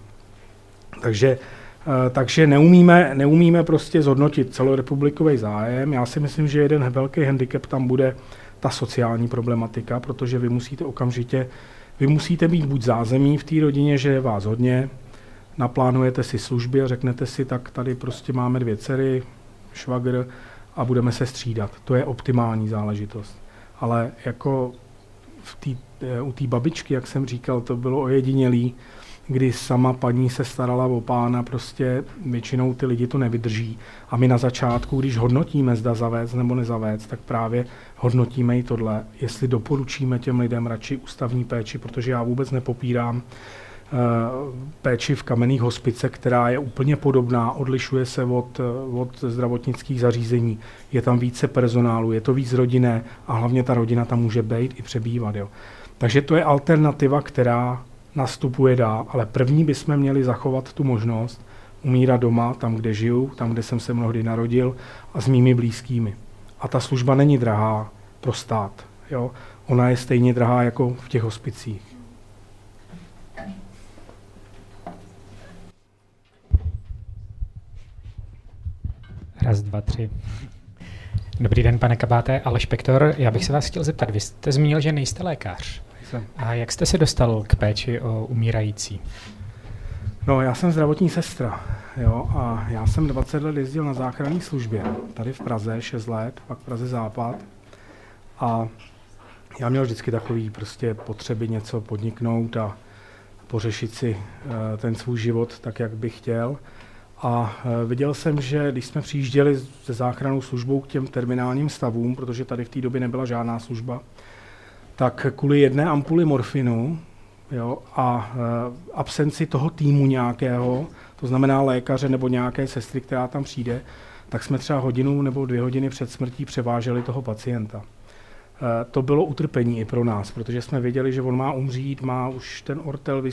Takže neumíme prostě zhodnotit celorepublikový zájem. Já si myslím, že jeden velký handicap tam bude ta sociální problematika, protože vy musíte být buď zázemí v té rodině, že je vás hodně, naplánujete si služby a řeknete si, tak tady prostě máme 2 dcery, švagr a budeme se střídat. To je optimální záležitost. Ale jako u té babičky, jak jsem říkal, to bylo ojedinělý, kdy sama paní se starala o pána, prostě většinou ty lidi to nevydrží. A my na začátku, když hodnotíme, zda zavést nebo nezavést, tak právě hodnotíme i tohle, jestli doporučíme těm lidem radši ústavní péči, protože já vůbec nepopírám péči v kamenných hospice, která je úplně podobná, odlišuje se od zdravotnických zařízení, je tam více personálu, je to víc rodinné a hlavně ta rodina tam může být i přebývat. Jo. Takže to je alternativa, která nastupuje dál, ale první bychom měli zachovat tu možnost umírat doma, tam, kde žiju, tam, kde jsem se mnohdy narodil a s mými blízkými. A ta služba není drahá pro stát. Jo. Ona je stejně drahá jako v těch hospicích. Raz, dva, tři. Dobrý den, pane Kabáte, Aleš Pektor. Já bych se vás chtěl zeptat, vy jste zmínil, že nejste lékař. A jak jste se dostal k péči o umírající? No, já jsem zdravotní sestra, jo, a já jsem 20 let jezdil na záchranné službě, tady v Praze, 6 let, pak v Praze Západ. A já měl vždycky takový prostě potřeby něco podniknout a pořešit si ten svůj život tak, jak bych chtěl. A viděl jsem, že když jsme přijížděli se záchrannou službou k těm terminálním stavům, protože tady v té době nebyla žádná služba, tak kvůli jedné ampuli morfinu, jo, a absenci toho týmu nějakého, to znamená lékaře nebo nějaké sestry, která tam přijde, tak jsme třeba hodinu nebo 2 hodiny před smrtí převáželi toho pacienta. To bylo utrpení i pro nás, protože jsme věděli, že on má umřít, má už ten ortel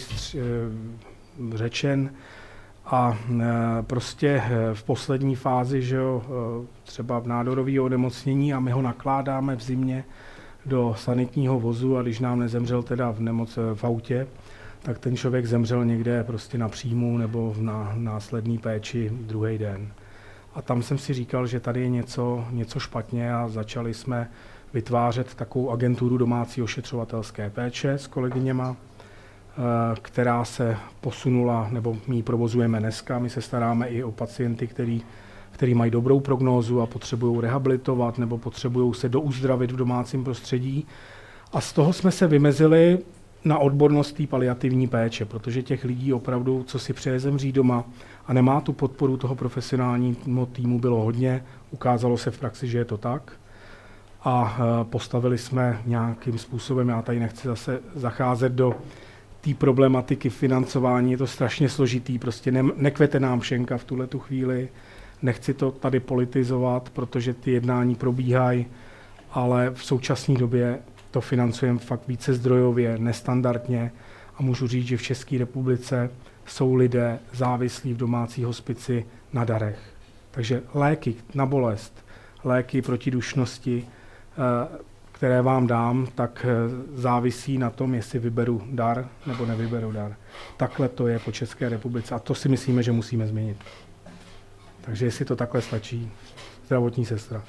řečen a prostě v poslední fázi, že jo, třeba v nádorového onemocnění a my ho nakládáme v zimě do sanitního vozu a když nám nezemřel teda v autě, tak ten člověk zemřel někde prostě na příjmu nebo na následný péči druhý den. A tam jsem si říkal, že tady je něco špatně a začali jsme vytvářet takovou agenturu domácí ošetřovatelské péče s kolegyněma, která se posunula, nebo my ji provozujeme dneska. My se staráme i o pacienty, který mají dobrou prognózu a potřebují rehabilitovat nebo potřebují se douzdravit v domácím prostředí. A z toho jsme se vymezili na odbornost té paliativní péče, protože těch lidí opravdu, co si přeje zemřít doma a nemá tu podporu toho profesionálního týmu, bylo hodně. Ukázalo se v praxi, že je to tak. A postavili jsme nějakým způsobem, já tady nechci zase zacházet do té problematiky financování, je to strašně složitý, prostě nekvete nám šenka v tuhletu chvíli, nechci to tady politizovat, protože ty jednání probíhají, ale v současné době to financujeme fakt více zdrojově, nestandardně a můžu říct, že v České republice jsou lidé závislí v domácí hospici na darech. Takže léky na bolest, léky proti dušnosti, které vám dám, tak závisí na tom, jestli vyberu dar nebo nevyberu dar. Takhle to je po České republice a to si myslíme, že musíme změnit. Takže jestli to takhle stačí, zdravotní sestra.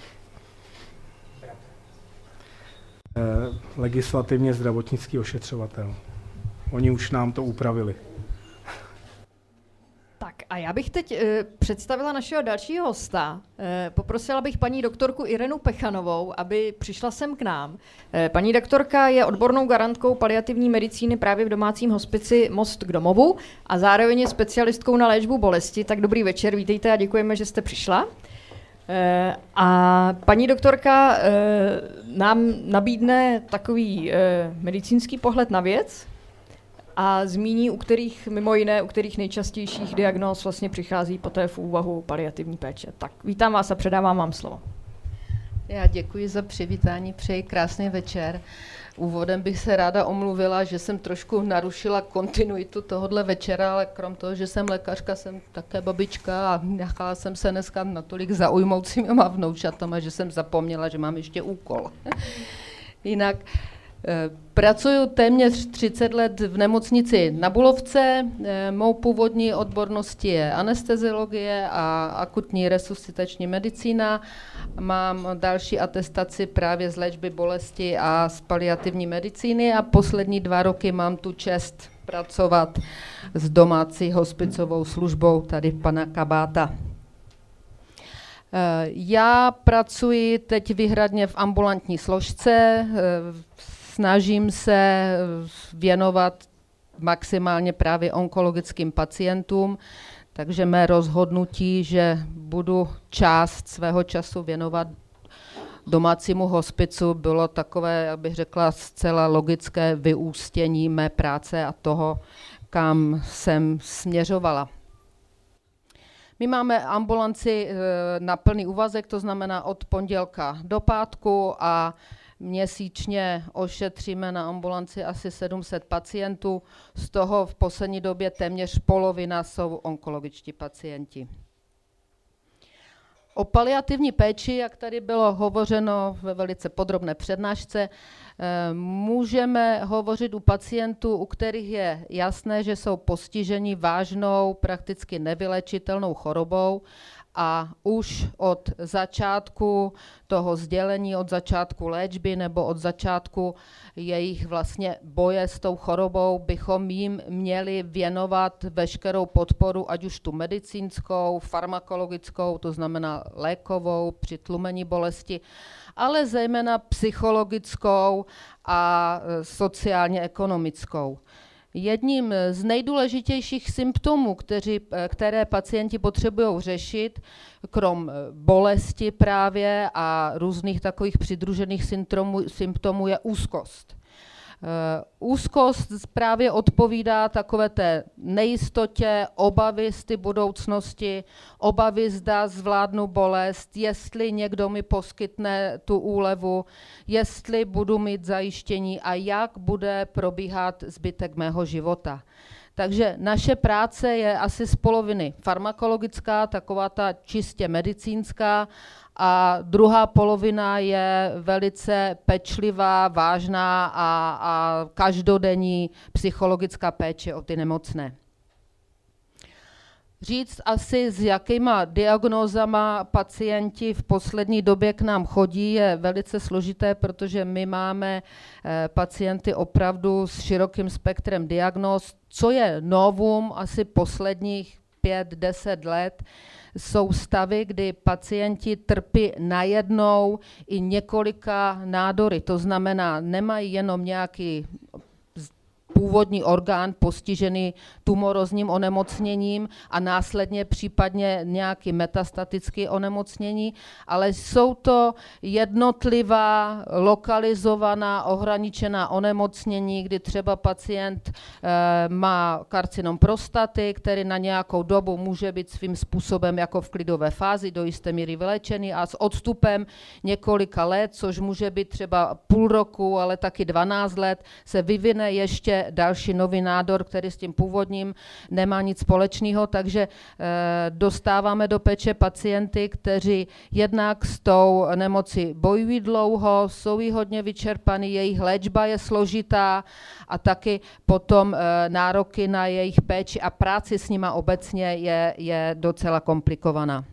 Legislativně zdravotnický ošetřovatel. Oni už nám to upravili. Tak a já bych teď představila našeho dalšího hosta. Poprosila bych paní doktorku Irenu Pechanovou, aby přišla sem k nám. Paní doktorka je odbornou garantkou paliativní medicíny právě v domácím hospici Most k domovu a zároveň je specialistkou na léčbu bolesti. Tak dobrý večer, vítejte a děkujeme, že jste přišla. A paní doktorka nám nabídne takový medicínský pohled na věc a zmíní, mimo jiné, u kterých nejčastějších diagnóz vlastně přichází poté v úvahu paliativní péče. Tak vítám vás a předávám vám slovo. Já děkuji za přivítání, přeji krásný večer. Úvodem bych se ráda omluvila, že jsem trošku narušila kontinuitu tohohle večera, ale krom toho, že jsem lékařka, jsem také babička a nechala jsem se dneska natolik zaujmout svýma vnoučatama, že jsem zapomněla, že mám ještě úkol. Jinak pracuji téměř 30 let v nemocnici na Bulovce. Mou původní odborností je anesteziologie a akutní resuscitační medicína. Mám další atestaci právě z léčby bolesti a z paliativní medicíny a poslední 2 roky mám tu čest pracovat s domácí hospicovou službou tady pana Kabáta. Já pracuji teď výhradně v ambulantní složce, snažím se věnovat maximálně právě onkologickým pacientům, takže mé rozhodnutí, že budu část svého času věnovat domácímu hospicu, bylo takové, jak bych řekla, zcela logické vyústění mé práce a toho, kam jsem směřovala. My máme ambulanci na plný úvazek, to znamená od pondělka do pátku a měsíčně ošetříme na ambulanci asi 700 pacientů, z toho v poslední době téměř polovina jsou onkologičtí pacienti. O paliativní péči, jak tady bylo hovořeno ve velice podrobné přednášce, můžeme hovořit u pacientů, u kterých je jasné, že jsou postiženi vážnou, prakticky nevylečitelnou chorobou a už od začátku toho sdělení, od začátku léčby nebo od začátku jejich vlastně boje s tou chorobou bychom jim měli věnovat veškerou podporu, ať už tu medicínskou, farmakologickou, to znamená lékovou při tlumení bolesti, ale zejména psychologickou a sociálně ekonomickou. Jedním z nejdůležitějších symptomů, které pacienti potřebují řešit, krom bolesti právě a různých takových přidružených symptomů, je úzkost. Úzkost právě odpovídá takové té nejistotě, obavy z ty budoucnosti, obavy zda zvládnu bolest, jestli někdo mi poskytne tu úlevu, jestli budu mít zajištění a jak bude probíhat zbytek mého života. Takže naše práce je asi z poloviny farmakologická, taková ta čistě medicínská, a druhá polovina je velice pečlivá, vážná a každodenní psychologická péče o ty nemocné. Říct asi, s jakýma diagnózama pacienti v poslední době k nám chodí, je velice složité, protože my máme pacienty opravdu s širokým spektrem diagnóz. Co je novum asi posledních 5-10 let, jsou stavy, kdy pacienti trpí najednou i několika nádory. To znamená, nemají jenom nějaký původní orgán postižený tumorózním onemocněním a následně případně nějaký metastatický onemocnění, ale jsou to jednotlivá, lokalizovaná, ohraničená onemocnění, kdy třeba pacient má karcinom prostaty, který na nějakou dobu může být svým způsobem jako v klidové fázi do jisté míry vylečený a s odstupem několika let, což může být třeba půl roku, ale taky 12 let, se vyvine ještě další nový nádor, který s tím původním nemá nic společného, takže dostáváme do péče pacienty, kteří jednak s tou nemocí bojují dlouho, jsou jí hodně vyčerpaný, jejich léčba je složitá a taky potom nároky na jejich péči a práci s nima obecně je docela komplikovaná.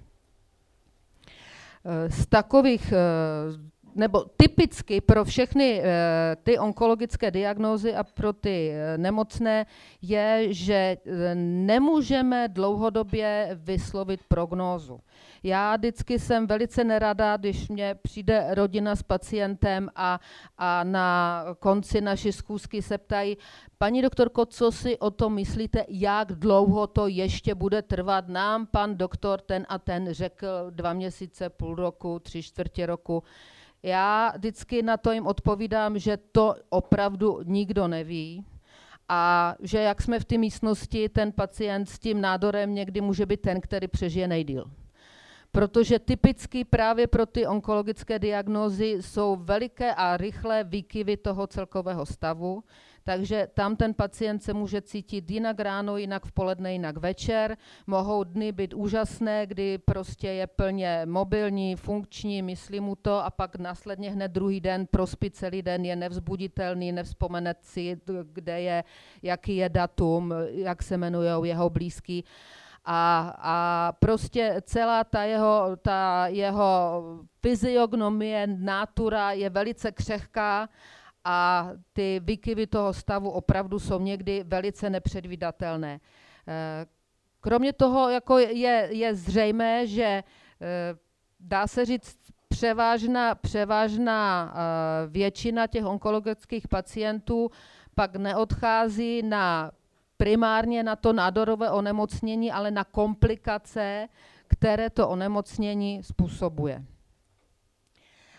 Z takových nebo typicky pro všechny ty onkologické diagnózy a pro ty nemocné je, že nemůžeme dlouhodobě vyslovit prognózu. Já vždycky jsem velice nerada, když mě přijde rodina s pacientem a na konci naší schůzky se ptají: paní doktorko, co si o tom myslíte, jak dlouho to ještě bude trvat? Nám pan doktor ten a ten řekl 2 měsíce, půl roku, 3/4 roku. Já vždycky na to jim odpovídám, že to opravdu nikdo neví a že jak jsme v té místnosti, ten pacient s tím nádorem někdy může být ten, který přežije nejdýl. Protože typicky právě pro ty onkologické diagnózy jsou veliké a rychlé výkyvy toho celkového stavu, takže tam ten pacient se může cítit jinak ráno, jinak v poledne, jinak večer. Mohou dny být úžasné, kdy prostě je plně mobilní, funkční, myslí mu to a pak následně hned druhý den prospí celý den, je nevzbuditelný, nevzpomene si, kde je, jaký je datum, jak se jmenujou jeho blízký. A prostě celá ta jeho fyziognomie, nátura je velice křehká a ty výkyvy toho stavu opravdu jsou někdy velice nepředvídatelné. Kromě toho jako je zřejmé, že dá se říct, převážná většina těch onkologických pacientů pak neodchází primárně na to nádorové onemocnění, ale na komplikace, které to onemocnění způsobuje.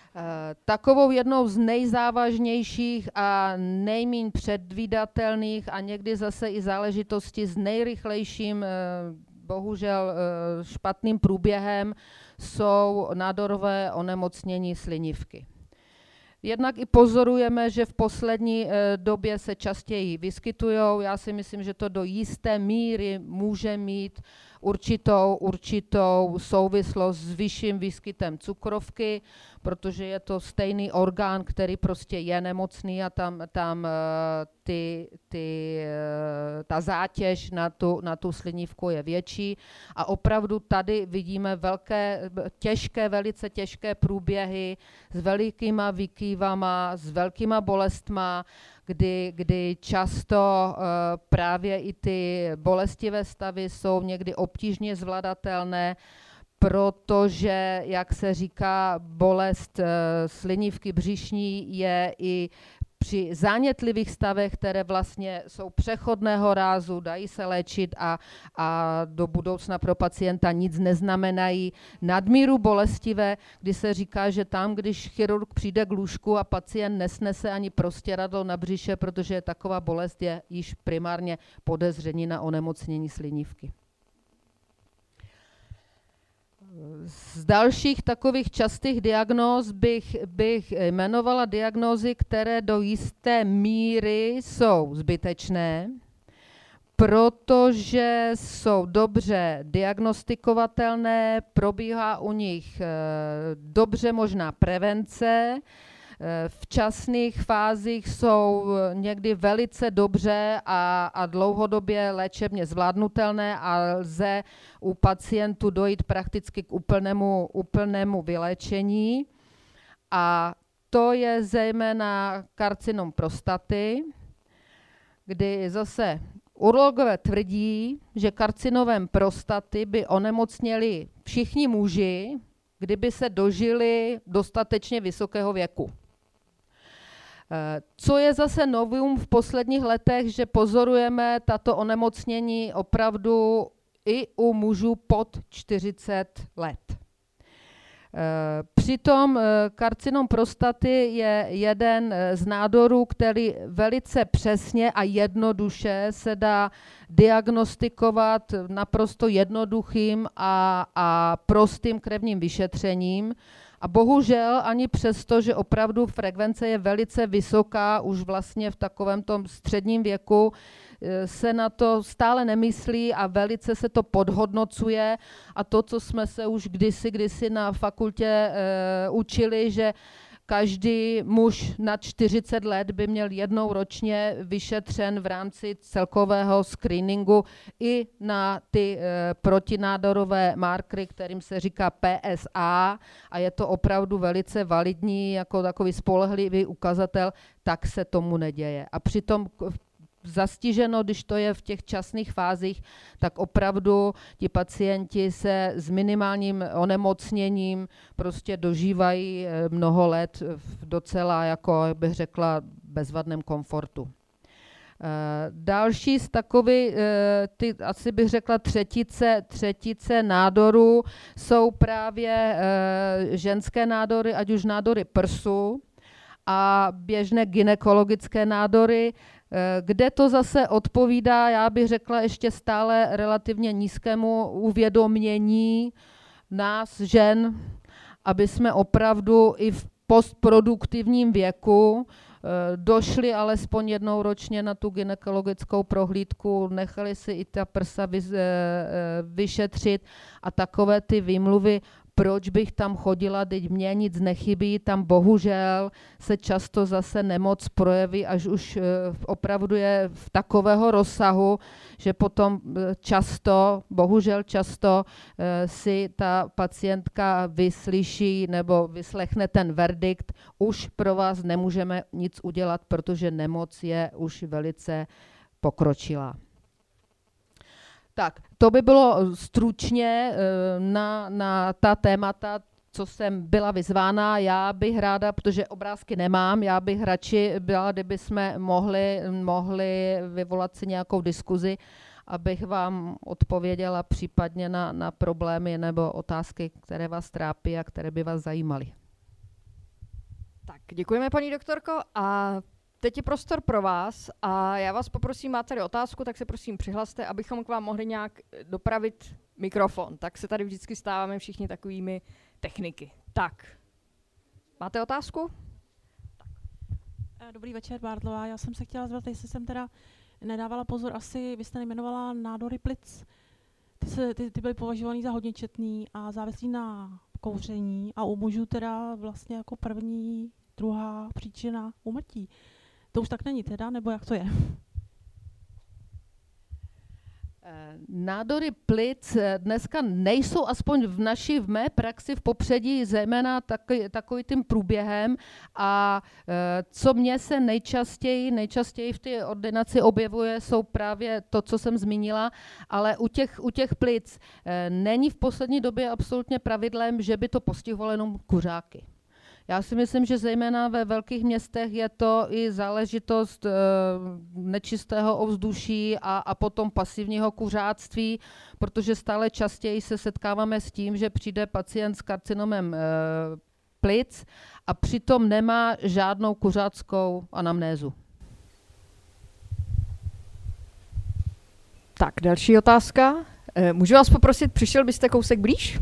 Takovou jednou z nejzávažnějších a nejméně předvídatelných a někdy zase i záležitosti s nejrychlejším, bohužel špatným průběhem jsou nádorové onemocnění slinivky. Jednak i pozorujeme, že v poslední době se častěji vyskytují. Já si myslím, že to do jisté míry může mít určitou souvislost s vyšším výskytem cukrovky, protože je to stejný orgán, který prostě je nemocný a tam ta zátěž na tu slinivku je větší. A opravdu tady vidíme velice těžké průběhy s velikýma výkyvama, s velkýma bolestma, kdy často právě i ty bolestivé stavy jsou někdy obtížně zvladatelné, protože, jak se říká, bolest slinivky břišní je i při zánětlivých stavech, které vlastně jsou přechodného rázu, dají se léčit a do budoucna pro pacienta nic neznamenají. Nadmíru bolestivé, kdy se říká, že tam, když chirurg přijde k lůžku a pacient nesnese ani prostěradlo na břiše, protože taková bolest je již primárně podezření na onemocnění slinivky. Z dalších takových častých diagnóz bych jmenovala diagnózy, které do jisté míry jsou zbytečné, protože jsou dobře diagnostikovatelné, probíhá u nich dobře možná prevence, v časných fázích jsou někdy velice dobře a dlouhodobě léčebně zvládnutelné a lze u pacientů dojít prakticky k úplnému vyléčení. A to je zejména karcinom prostaty, kdy zase urologové tvrdí, že karcinomem prostaty by onemocněli všichni muži, kdyby se dožili dostatečně vysokého věku. Co je zase novum v posledních letech, že pozorujeme tato onemocnění opravdu i u mužů pod 40 let. Přitom karcinom prostaty je jeden z nádorů, který velice přesně a jednoduše se dá diagnostikovat naprosto jednoduchým a prostým krevním vyšetřením. A bohužel ani přesto, že opravdu frekvence je velice vysoká, už vlastně v takovém tom středním věku, se na to stále nemyslí a velice se to podhodnocuje. A to, co jsme se už kdysi na fakultě učili, že každý muž nad 40 let by měl jednou ročně vyšetřen v rámci celkového screeningu i na ty protinádorové markery, kterým se říká PSA, a je to opravdu velice validní jako takový spolehlivý ukazatel, tak se tomu neděje. A přitom zastiženo, když to je v těch časných fázích, tak opravdu ti pacienti se s minimálním onemocněním prostě dožívají mnoho let v docela, jako bych řekla, bezvadném komfortu. Další z takových, asi bych řekla třetice nádorů, jsou právě ženské nádory, ať už nádory prsu a běžné gynekologické nádory, kde to zase odpovídá, já bych řekla, ještě stále relativně nízkému uvědomění nás, žen, aby jsme opravdu i v postproduktivním věku došli alespoň jednou ročně na tu gynekologickou prohlídku, nechali si i ta prsa vyšetřit a takové ty výmluvy, proč bych tam chodila, teď mně nic nechybí, tam bohužel se často zase nemoc projeví, až už opravdu je v takového rozsahu, že potom bohužel často si ta pacientka vyslyší nebo vyslechne ten verdikt, už pro vás nemůžeme nic udělat, protože nemoc je už velice pokročilá. Tak, to by bylo stručně na ta témata, co jsem byla vyzvána. Já bych ráda, protože obrázky nemám, já bych radši byla, kdyby jsme mohli vyvolat si nějakou diskuzi, abych vám odpověděla případně na problémy nebo otázky, které vás trápí a které by vás zajímaly. děkujeme, paní doktorko, a teď je prostor pro vás a já vás poprosím, máte tady otázku, tak se prosím přihlaste, abychom k vám mohli nějak dopravit mikrofon. Tak se tady vždycky stáváme všichni takovými techniky. Tak, máte otázku? Dobrý večer, Bártlová. Já jsem se chtěla zeptat, jestli jsem teda nedávala pozor, asi vy jste nejmenovala nádory plic. Ty byly považovaný za hodně četný a závislí na kouření a u mužů teda vlastně jako první, druhá příčina úmrtí. To už tak není teda, nebo jak to je? Nádory plic dneska nejsou aspoň v mé praxi v popředí, zejména takovým tím průběhem a co mě se nejčastěji v té ordinaci objevuje, jsou právě to, co jsem zmínila, ale u těch plic není v poslední době absolutně pravidlem, že by to postihovalo jenom kuřáky. Já si myslím, že zejména ve velkých městech je to i záležitost nečistého ovzduší a potom pasivního kuřáctví, protože stále častěji se setkáváme s tím, že přijde pacient s karcinomem plic a přitom nemá žádnou kuřáckou anamnézu. Tak, další otázka. Můžu vás poprosit, přišel byste kousek blíž?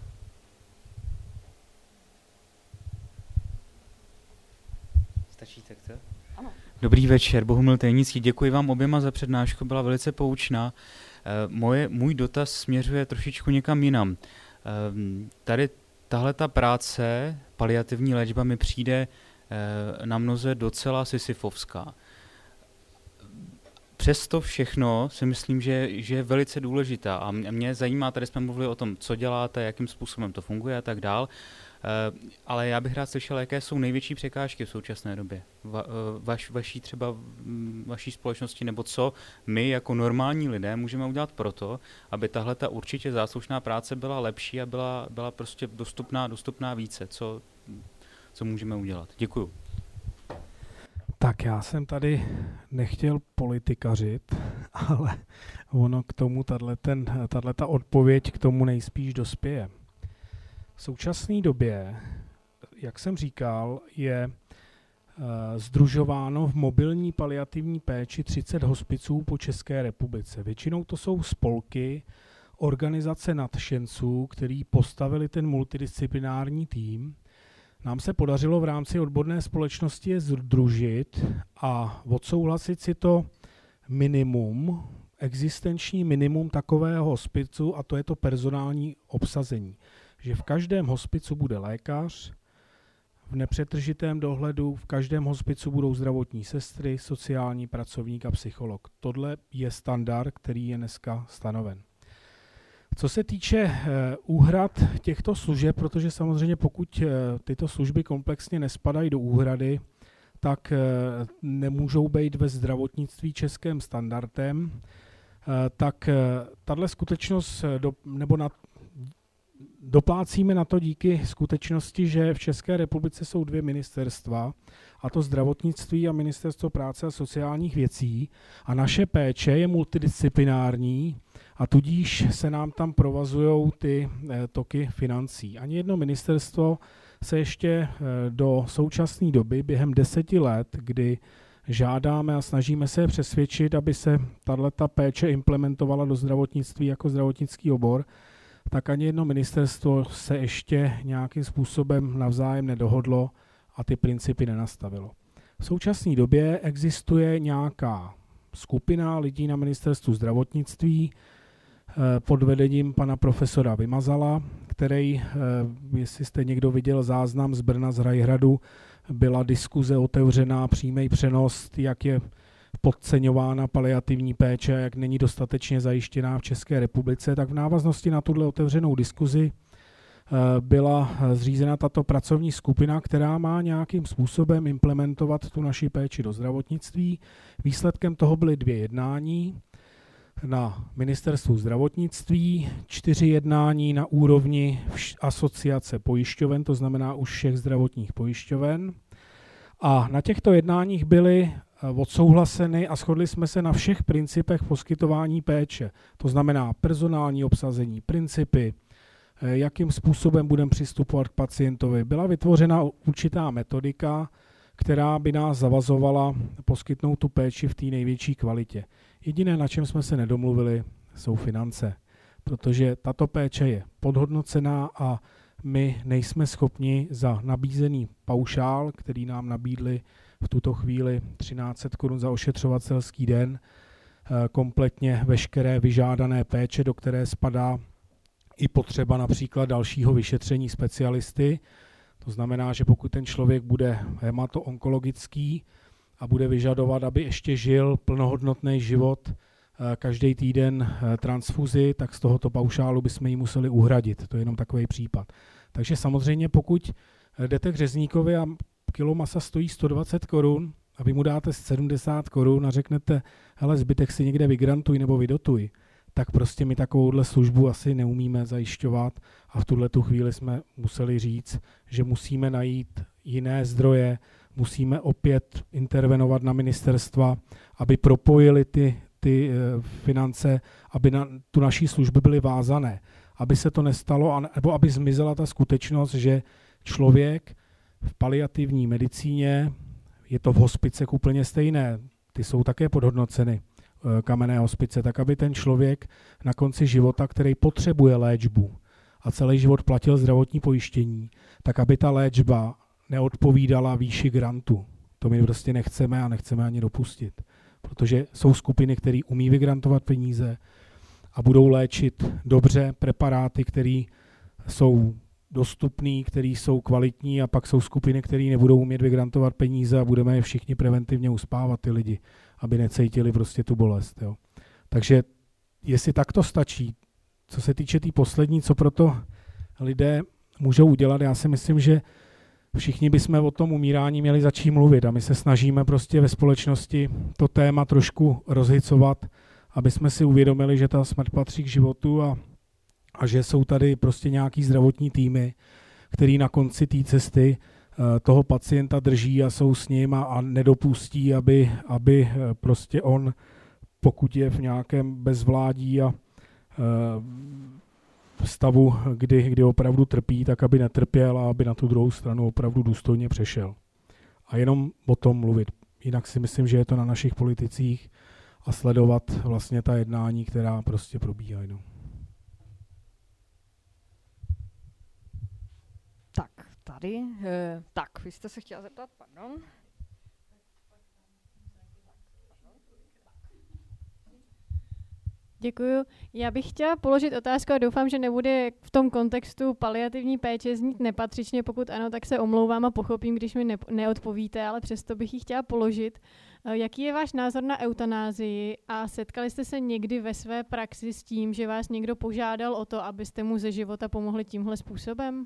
Dobrý večer, Bohumil Tejnický. Děkuji vám oběma za přednášku, byla velice poučná. Můj dotaz směřuje trošičku někam jinam. Tady tahle ta práce, paliativní léčba, mi přijde na mnoze docela sisyfovská. Přesto všechno si myslím, že je velice důležitá a mě zajímá, tady jsme mluvili o tom, co děláte, jakým způsobem to funguje a tak dál, ale já bych rád slyšel, jaké jsou největší překážky v současné době vaší společnosti, nebo co my jako normální lidé můžeme udělat proto, aby tahle ta určitě záslušná práce byla lepší a byla prostě dostupná více. Co můžeme udělat? Děkuju. Tak já jsem tady nechtěl politikařit, ale ono k tomu, tato odpověď k tomu nejspíš dospěje. V současné době, jak jsem říkal, je sdružováno v mobilní paliativní péči 30 hospiců po České republice. Většinou to jsou spolky, organizace nadšenců, který postavili ten multidisciplinární tým. Nám se podařilo v rámci odborné společnosti je sdružit a odsouhlasit si to minimum, existenční minimum takového hospicu, a to je to personální obsazení. Že v každém hospicu bude lékař, v nepřetržitém dohledu, v každém hospicu budou zdravotní sestry, sociální pracovník a psycholog. Tohle je standard, který je dneska stanoven. Co se týče úhrad těchto služeb, protože samozřejmě pokud tyto služby komplexně nespadají do úhrady, tak nemůžou být ve zdravotnictví českým standardem, tak tahle skutečnost, doplácíme na to díky skutečnosti, že v České republice jsou 2 ministerstva, a to zdravotnictví a ministerstvo práce a sociálních věcí, a naše péče je multidisciplinární a tudíž se nám tam provazují ty toky financí. Ani jedno ministerstvo se ještě do současné doby během 10 let, kdy žádáme a snažíme se přesvědčit, aby se tato péče implementovala do zdravotnictví jako zdravotnický obor, tak ani jedno ministerstvo se ještě nějakým způsobem navzájem nedohodlo a ty principy nenastavilo. V současné době existuje nějaká skupina lidí na ministerstvu zdravotnictví pod vedením pana profesora Vymazala, který, jestli jste někdo viděl záznam z Brna, z Hrajhradu, byla diskuze otevřená, přímý přenos, jak je podceňována paliativní péče, jak není dostatečně zajištěná v České republice, tak v návaznosti na tuto otevřenou diskuzi byla zřízena tato pracovní skupina, která má nějakým způsobem implementovat tu naši péči do zdravotnictví. Výsledkem toho byly 2 jednání na ministerstvu zdravotnictví, 4 jednání na úrovni asociace pojišťoven, to znamená už všech zdravotních pojišťoven. A na těchto jednáních byly odsouhlaseny a shodli jsme se na všech principech poskytování péče. To znamená personální obsazení, principy, jakým způsobem budeme přistupovat k pacientovi. Byla vytvořena určitá metodika, která by nás zavazovala poskytnout tu péči v té největší kvalitě. Jediné, na čem jsme se nedomluvili, jsou finance, protože tato péče je podhodnocená a my nejsme schopni za nabízený paušál, který nám nabídli v tuto chvíli 1300 korun za ošetřovatelský den, kompletně veškeré vyžádané péče, do které spadá i potřeba například dalšího vyšetření specialisty. To znamená, že pokud ten člověk bude hemato-onkologický a bude vyžadovat, aby ještě žil plnohodnotný život, každý týden transfuzi, tak z tohoto paušálu bychom ji museli uhradit. To je jenom takový případ. Takže samozřejmě, pokud jdete k řezníkovi a kilo masa stojí 120 korun a vy mu dáte 70 korun a řeknete, hele, zbytek si někde vygrantuj nebo vydotuj, tak prostě my takovouhle službu asi neumíme zajišťovat a v tuhletu chvíli jsme museli říct, že musíme najít jiné zdroje, musíme opět intervenovat na ministerstva, aby propojili ty finance, aby na tu naší službu byly vázané, aby se to nestalo, nebo aby zmizela ta skutečnost, že člověk v paliativní medicíně, je to v hospicech úplně stejné, ty jsou také podhodnoceny, kamenné hospice, tak aby ten člověk na konci života, který potřebuje léčbu a celý život platil zdravotní pojištění, tak aby ta léčba neodpovídala výši grantu. To my prostě nechceme a nechceme ani dopustit. Protože jsou skupiny, které umí vygrantovat peníze a budou léčit dobře preparáty, které jsou dostupné, které jsou kvalitní, a pak jsou skupiny, které nebudou umět vygrantovat peníze a budeme je všichni preventivně uspávat ty lidi, aby necítili prostě tu bolest. Jo. Takže jestli takto stačí, co se týče té poslední, co proto lidé můžou udělat, já si myslím, že všichni bychom o tom umírání měli začít mluvit a my se snažíme prostě ve společnosti to téma trošku rozhicovat, aby jsme si uvědomili, že ta smrt patří k životu a že jsou tady prostě nějaký zdravotní týmy, který na konci té cesty toho pacienta drží a jsou s ním a nedopustí, aby prostě on, pokud je v nějakém bezvládí a stavu, kdy opravdu trpí, tak aby netrpěl a aby na tu druhou stranu opravdu důstojně přešel. A jenom o tom mluvit. Jinak si myslím, že je to na našich politicích a sledovat vlastně ta jednání, která prostě probíhají. No. Tak, tady. Tak, vy jste se chtěla zeptat, pardon. Děkuju. Já bych chtěla položit otázku a doufám, že nebude v tom kontextu paliativní péče znít nepatřičně. Pokud ano, tak se omlouvám a pochopím, když mi neodpovíte, ale přesto bych ji chtěla položit. Jaký je váš názor na eutanázii a setkali jste se někdy ve své praxi s tím, že vás někdo požádal o to, abyste mu ze života pomohli tímhle způsobem?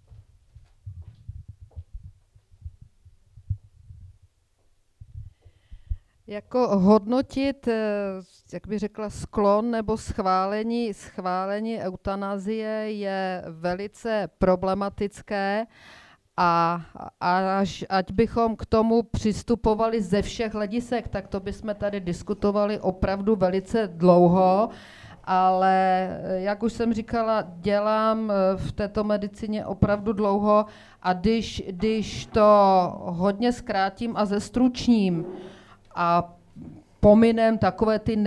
Jako hodnotit, jak bych řekla, sklon nebo schválení eutanazie je velice problematické a ať bychom k tomu přistupovali ze všech hledisek, tak to bychom tady diskutovali opravdu velice dlouho, ale jak už jsem říkala, dělám v této medicíně opravdu dlouho a když to hodně zkrátím a zestručním, a pominem takové ty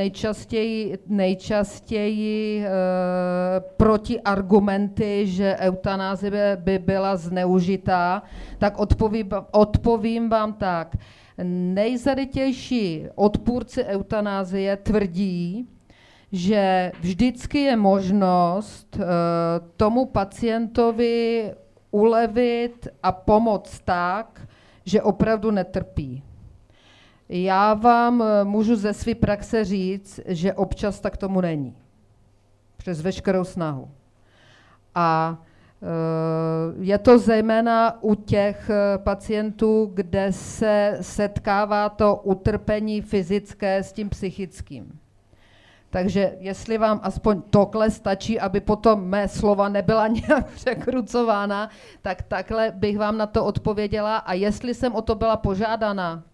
nejčastěji protiargumenty, že eutanázie by byla zneužitá, tak odpovím vám tak. Nejzarytější odpůrci eutanázie tvrdí, že vždycky je možnost tomu pacientovi ulevit a pomoct tak, že opravdu netrpí. Já vám můžu ze své praxe říct, že občas tak tomu není. Přes veškerou snahu. A je to zejména u těch pacientů, kde se setkává to utrpení fyzické s tím psychickým. Takže jestli vám aspoň tohle stačí, aby potom mé slova nebyla nějak překrucována, tak takhle bych vám na to odpověděla. A jestli jsem o to byla požádána,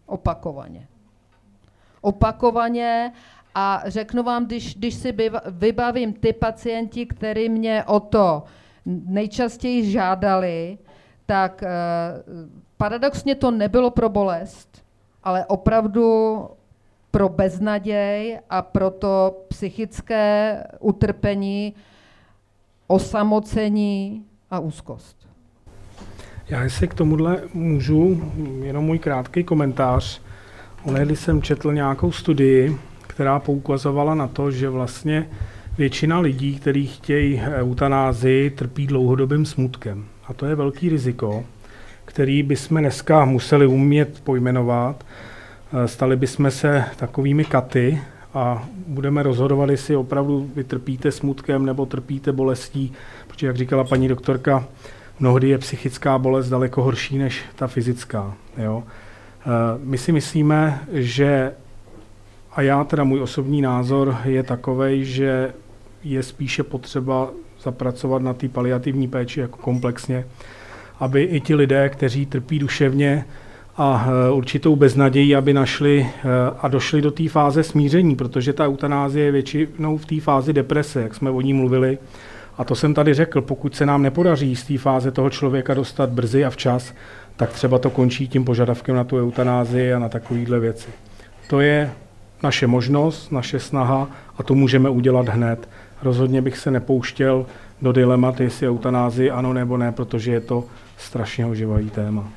opakovaně a řeknu vám, když si vybavím ty pacienti, kteří mě o to nejčastěji žádali, tak paradoxně to nebylo pro bolest, ale opravdu pro beznaděj a pro to psychické utrpení, osamocení a úzkost. Já jestli k tomuhle můžu, jenom můj krátký komentář. Onehdy jsem četl nějakou studii, která poukazovala na to, že vlastně většina lidí, kteří chtějí eutanázii, trpí dlouhodobým smutkem. A to je velký riziko, který bychom dneska museli umět pojmenovat. Stali bychom se takovými katy a budeme rozhodovat, jestli opravdu vy trpíte smutkem nebo trpíte bolestí, protože, jak říkala paní doktorka, mnohdy je psychická bolest daleko horší než ta fyzická. Jo? My si myslíme, že, a já teda můj osobní názor je takovej, že je spíše potřeba zapracovat na té paliativní péči jako komplexně, aby i ti lidé, kteří trpí duševně a určitou beznadějí, aby našli a došli do té fáze smíření, protože ta eutanázie je většinou v té fázi deprese, jak jsme o ní mluvili. A to jsem tady řekl, pokud se nám nepodaří z té fáze toho člověka dostat brzy a včas, tak třeba to končí tím požadavkem na tu eutanázii a na takovéhle věci. To je naše možnost, naše snaha a to můžeme udělat hned. Rozhodně bych se nepouštěl do dilemat, jestli eutanázii ano nebo ne, protože je to strašně oživavý téma.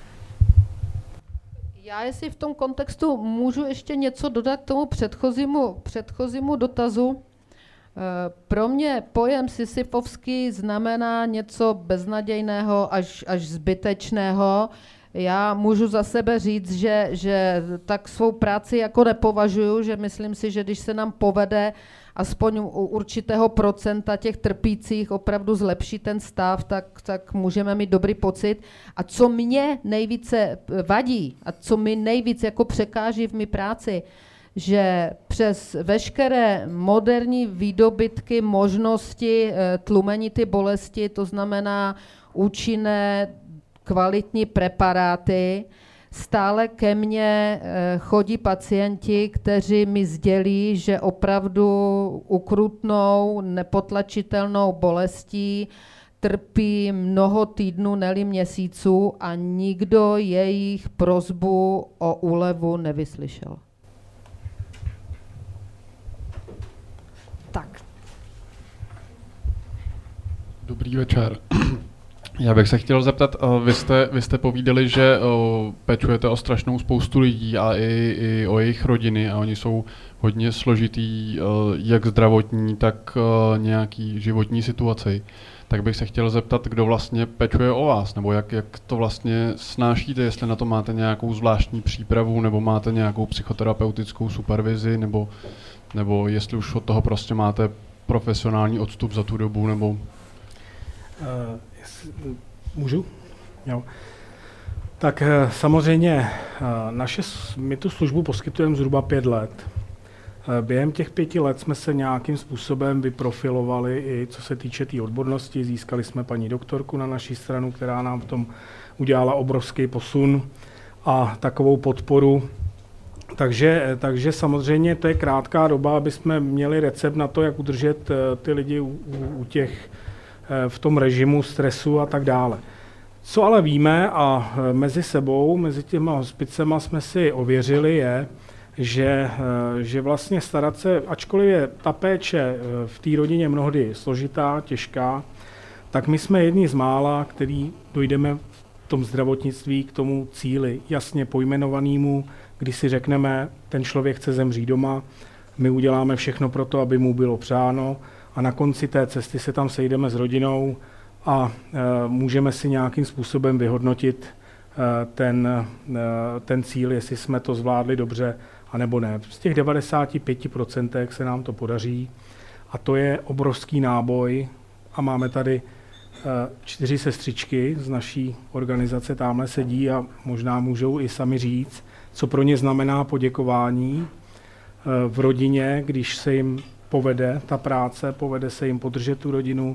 Já jestli v tom kontextu můžu ještě něco dodat k tomu předchozímu dotazu. Pro mě pojem sisyfovský znamená něco beznadějného až zbytečného. Já můžu za sebe říct, že tak svou práci jako nepovažuju, že myslím si, že když se nám povede aspoň u určitého procenta těch trpících opravdu zlepší ten stav, tak můžeme mít dobrý pocit. A co mě nejvíce vadí a co mi nejvíc jako překáží v mé práci, že přes veškeré moderní výdobytky, možnosti tlumení ty bolesti, to znamená účinné, kvalitní preparáty, stále ke mně chodí pacienti, kteří mi sdělí, že opravdu ukrutnou, nepotlačitelnou bolestí trpí mnoho týdnů, ne-li měsíců a nikdo jejich prosbu o úlevu nevyslyšel. Tak. Dobrý večer. Já bych se chtěl zeptat, vy jste povídali, že pečujete o strašnou spoustu lidí a i o jejich rodiny a oni jsou hodně složitý, jak zdravotní, tak nějaký životní situaci. Tak bych se chtěl zeptat, kdo vlastně pečuje o vás, nebo jak to vlastně snášíte, jestli na to máte nějakou zvláštní přípravu, nebo máte nějakou psychoterapeutickou supervizi, nebo jestli už od toho prostě máte profesionální odstup za tu dobu, nebo... Můžu? Jo. Tak samozřejmě my tu službu poskytujeme zhruba 5 let. Během těch 5 let jsme se nějakým způsobem vyprofilovali i co se týče té odbornosti. Získali jsme paní doktorku na naší stranu, která nám v tom udělala obrovský posun a takovou podporu. Takže samozřejmě to je krátká doba, aby jsme měli recept na to, jak udržet ty lidi u těch v tom režimu stresu a tak dále. Co ale víme a mezi sebou, mezi těma hospicema jsme si ověřili je, že vlastně starat se, ačkoliv je ta péče v té rodině mnohdy složitá, těžká, tak my jsme jedni z mála, který dojdeme v tom zdravotnictví k tomu cíli jasně pojmenovanému, kdy si řekneme, ten člověk chce zemřít doma, my uděláme všechno pro to, aby mu bylo přáno a na konci té cesty se tam sejdeme s rodinou a můžeme si nějakým způsobem vyhodnotit ten cíl, jestli jsme to zvládli dobře, anebo ne. Z těch 95% se nám to podaří a to je obrovský náboj a máme tady 4 sestřičky z naší organizace, tamhle sedí a možná můžou i sami říct, co pro ně znamená poděkování v rodině, když se jim povede ta práce, povede se jim podržet tu rodinu.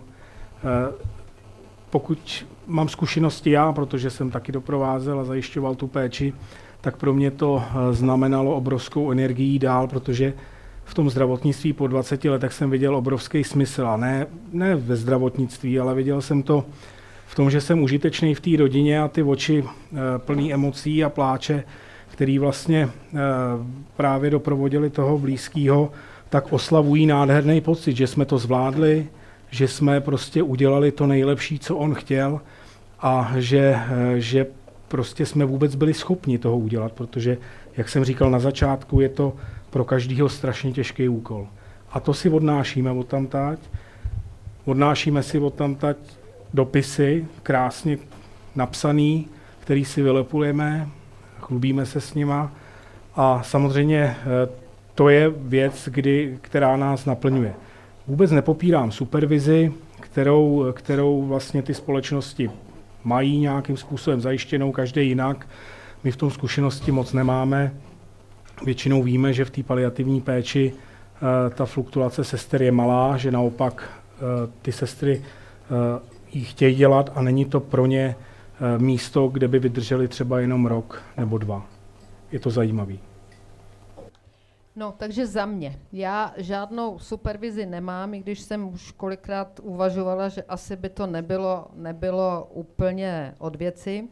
Pokud mám zkušenosti já, protože jsem taky doprovázel a zajišťoval tu péči, tak pro mě to znamenalo obrovskou energii dál, protože v tom zdravotnictví po 20 letech jsem viděl obrovský smysl. A ne ve zdravotnictví, ale viděl jsem to v tom, že jsem užitečný v té rodině a ty oči plný emocí a pláče, který vlastně právě doprovodili toho blízkého, tak oslavují nádherný pocit, že jsme to zvládli, že jsme prostě udělali to nejlepší, co on chtěl a že prostě jsme vůbec byli schopni toho udělat, protože, jak jsem říkal na začátku, je to pro každého strašně těžký úkol. A to si odnášíme odtamtať. Odnášíme si odtamtať dopisy, krásně napsaný, který si vylepujeme, chlubíme se s nima a samozřejmě to je věc, která nás naplňuje. Vůbec nepopírám supervizi, kterou vlastně ty společnosti mají nějakým způsobem zajištěnou, každý jinak. My v tom zkušenosti moc nemáme. Většinou víme, že v té paliativní péči ta fluktuace sester je malá, že naopak ty sestry ji chtějí dělat a není to pro ně místo, kde by vydrželi třeba jenom rok nebo 2. Je to zajímavý. No, takže za mě. Já žádnou supervizi nemám, i když jsem už kolikrát uvažovala, že asi by to nebylo úplně od věci.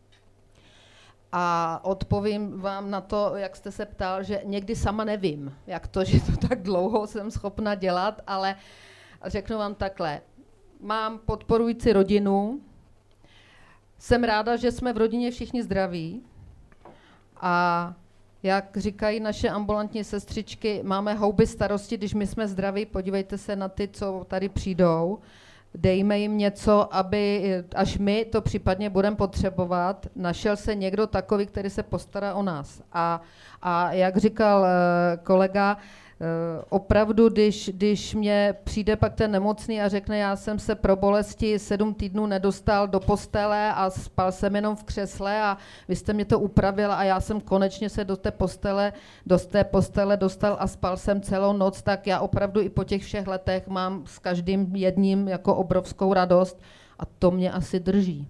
A odpovím vám na to, jak jste se ptal, že někdy sama nevím, jak to, že to tak dlouho jsem schopna dělat, ale řeknu vám takhle. Mám podporující rodinu, jsem ráda, že jsme v rodině všichni zdraví a jak říkají naše ambulantní sestřičky, máme houby starosti, když my jsme zdraví, podívejte se na ty, co tady přijdou, dejme jim něco, aby, až my to případně budeme potřebovat, našel se někdo takový, který se postará o nás. A jak říkal kolega, opravdu, když mě přijde pak ten nemocný a řekne, já jsem se pro bolesti 7 týdnů nedostal do postele a spal jsem jenom v křesle a vy jste mě to upravila a já jsem konečně se do té postele dostal a spal jsem celou noc, tak já opravdu i po těch všech letech mám s každým jedním jako obrovskou radost a to mě asi drží.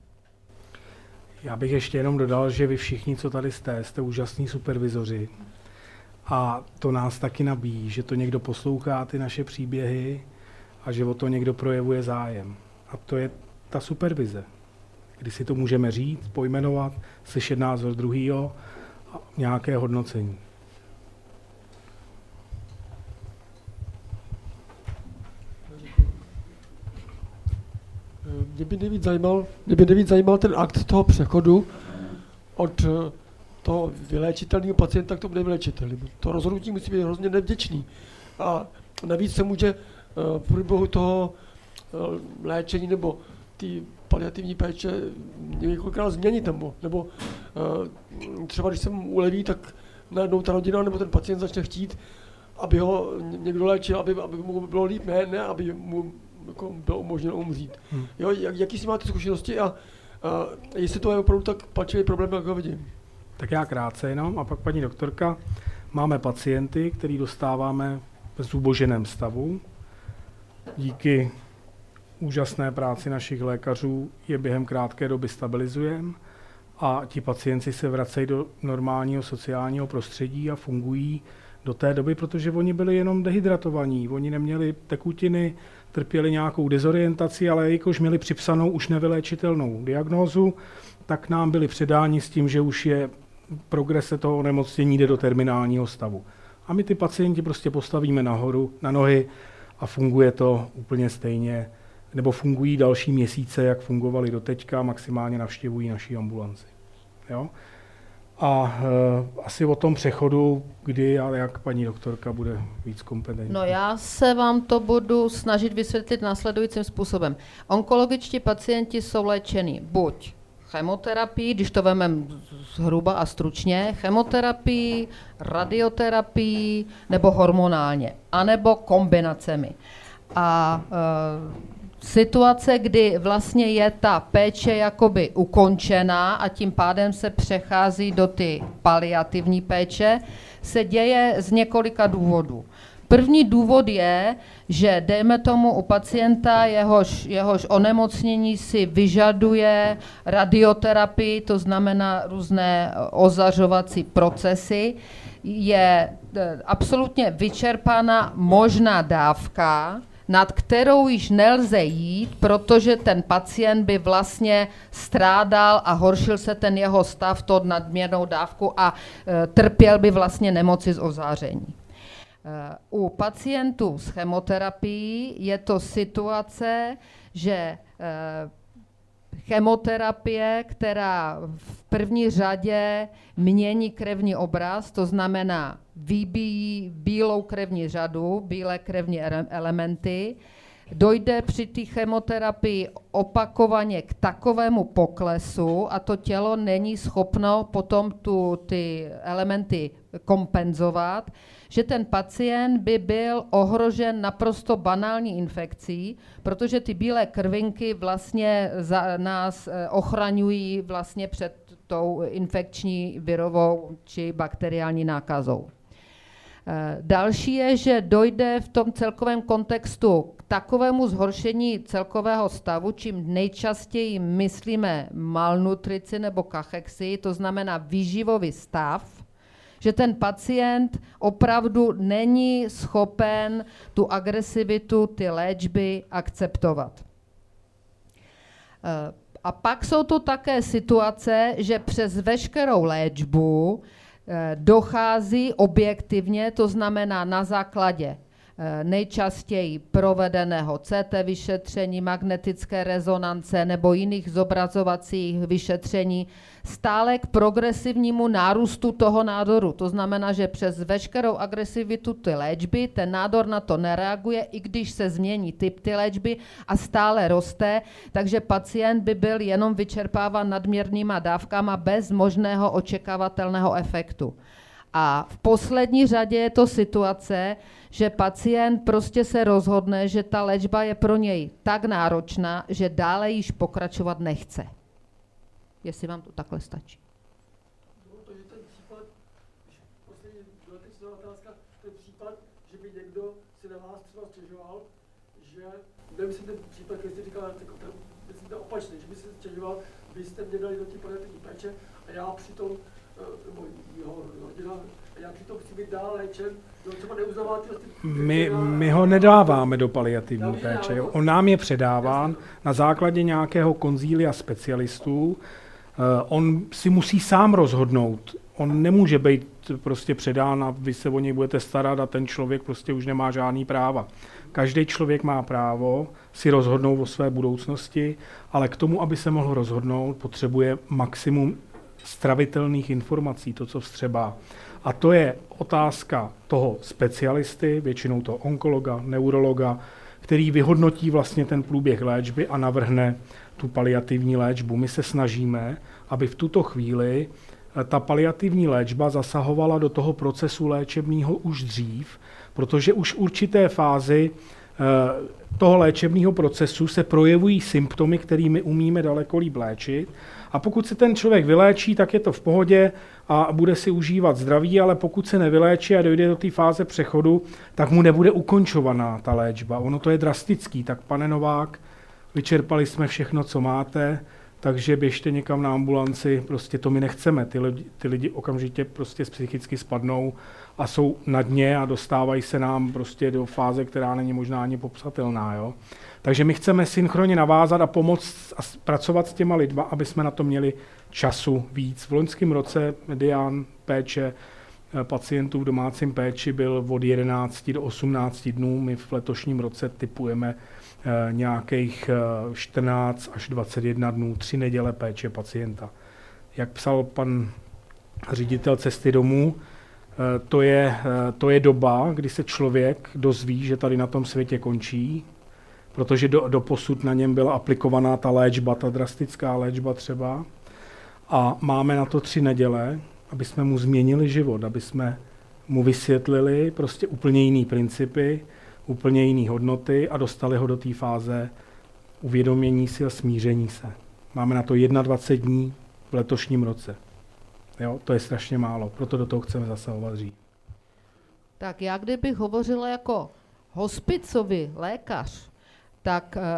Já bych ještě jenom dodal, že vy všichni, co tady jste úžasní supervizoři. A to nás taky nabíjí, že to někdo poslouchá, ty naše příběhy a že o to někdo projevuje zájem. A to je ta supervize, kdy si to můžeme říct, pojmenovat, slyšet názor druhýho a nějaké hodnocení. Mě by nejvíc zajímal ten akt toho přechodu od toho vyléčitelného pacienta k tomu nevyléčitelnému. To rozhodnutí musí být hrozně nevděčný. A navíc se může v průběhu toho léčení nebo té paliativní péče několikrát změnit. Nebo třeba když se mu uleví, tak najednou ta rodina nebo ten pacient začne chtít, aby ho někdo léčil, aby mu bylo líp, ne aby mu jako bylo umožněno umřít. Jo, jaký si máte zkušenosti a jestli to je opravdu tak palčivý problém, jak ho vidím? Tak já krátce jenom a pak paní doktorka. Máme pacienty, který dostáváme v zuboženém stavu. Díky úžasné práci našich lékařů je během krátké doby stabilizujeme a ti pacienti se vracejí do normálního sociálního prostředí a fungují do té doby, protože oni byli jenom dehydratovaní, oni neměli tekutiny, trpěli nějakou dezorientaci, ale jakož měli připsanou už nevyléčitelnou diagnózu, tak nám byli předáni s tím, že už je progrese toho onemocnění jde do terminálního stavu. A my ty pacienti prostě postavíme nahoru, na nohy a funguje to úplně stejně, nebo fungují další měsíce, jak fungovali doteďka, maximálně navštěvují naší ambulanci. Jo? A asi o tom přechodu, kdy a jak paní doktorka bude víc kompetentní. No já se vám to budu snažit vysvětlit následujícím způsobem. Onkologičtí pacienti jsou léčeni buď chemoterapii, když to vezmeme zhruba a stručně, chemoterapii, radioterapii nebo hormonálně, anebo kombinacemi. A situace, kdy vlastně je ta péče jakoby ukončená a tím pádem se přechází do ty paliativní péče, se děje z několika důvodů. První důvod je, že dejme tomu u pacienta, jehož onemocnění si vyžaduje radioterapii, to znamená různé ozařovací procesy, je absolutně vyčerpána možná dávka, nad kterou již nelze jít, protože ten pacient by vlastně strádal a horšil se ten jeho stav, to nadměrnou dávku a trpěl by vlastně nemoci z ozáření. U pacientů s chemoterapií je to situace, že chemoterapie, která v první řadě mění krevní obraz, to znamená vybíjí bílou krevní řadu, bílé krevní elementy, dojde při té chemoterapii opakovaně k takovému poklesu a to tělo není schopno potom ty elementy kompenzovat, že ten pacient by byl ohrožen naprosto banální infekcí, protože ty bílé krvinky vlastně nás ochraňují vlastně před tou infekční virovou či bakteriální nákazou. Další je, že dojde v tom celkovém kontextu k takovému zhoršení celkového stavu, čím nejčastěji myslíme malnutrici nebo kachexii, to znamená výživový stav, že ten pacient opravdu není schopen tu agresivitu, ty léčby akceptovat. A pak jsou tu také situace, že přes veškerou léčbu dochází objektivně, to znamená na základě nejčastěji provedeného CT vyšetření, magnetické rezonance nebo jiných zobrazovacích vyšetření stále k progresivnímu nárůstu toho nádoru. To znamená, že přes veškerou agresivitu ty léčby ten nádor na to nereaguje, i když se změní typ ty léčby a stále roste, takže pacient by byl jenom vyčerpáván nadměrnýma dávkama bez možného očekávatelného efektu. A v poslední řadě je to situace, že pacient prostě se rozhodne, že ta léčba je pro něj tak náročná, že dále již pokračovat nechce. Jestli vám to takhle stačí. Protože ten případ, poslední dodatečná otázka, ten případ, že by někdo si na vás třeba stěžoval, že, nemyslím ten případ, který jste říkala, myslím to opačně, že by se stěžoval, vy jste mě dali do té paliativní péče a já přitom, nebo jeho rodina, a já přitom chci být dál léčen, třeba neuznává my ho nedáváme do paliativní péče. On nám je předáván na základě nějakého konzília specialistů. On si musí sám rozhodnout. On nemůže být prostě předán a vy se o něj budete starat a ten člověk prostě už nemá žádný práva. Každý člověk má právo si rozhodnout o své budoucnosti, ale k tomu, aby se mohl rozhodnout, potřebuje maximum stravitelných informací, to, co vstřebá. A to je otázka toho specialisty, většinou toho onkologa, neurologa, který vyhodnotí vlastně ten průběh léčby a navrhne tu paliativní léčbu. My se snažíme, aby v tuto chvíli ta paliativní léčba zasahovala do toho procesu léčebného už dřív, protože už v určité fázi toho léčebného procesu se projevují symptomy, kterými umíme daleko líp léčit. A pokud se ten člověk vyléčí, tak je to v pohodě a bude si užívat zdraví, ale pokud se nevyléčí a dojde do té fáze přechodu, tak mu nebude ukončovaná ta léčba. Ono to je drastický. Tak pane Novák, vyčerpali jsme všechno, co máte, takže běžte někam na ambulanci, prostě to my nechceme. Ty lidi okamžitě prostě psychicky spadnou a jsou na dně a dostávají se nám prostě do fáze, která není možná ani popsatelná. Jo? Takže my chceme synchronně navázat a pomoct a pracovat s těma lidma, aby jsme na to měli času víc. V loňském roce medián péče pacientů v domácím péči byl od 11 do 18 dnů. My v letošním roce tipujeme nějakých 14 až 21 dnů, 3 neděle péče pacienta. Jak psal pan ředitel Cesty domů, to je doba, kdy se člověk dozví, že tady na tom světě končí, protože doposud na něm byla aplikovaná ta léčba, ta drastická léčba třeba. A máme na to 3 neděle, aby jsme mu změnili život, aby jsme mu vysvětlili prostě úplně jiný principy, úplně jiné hodnoty a dostali ho do té fáze uvědomění si a smíření se. Máme na to 21 dní v letošním roce. Jo, to je strašně málo, proto do toho chceme zasahovat dřív. Tak já kdybych hovořila jako hospicový lékař, tak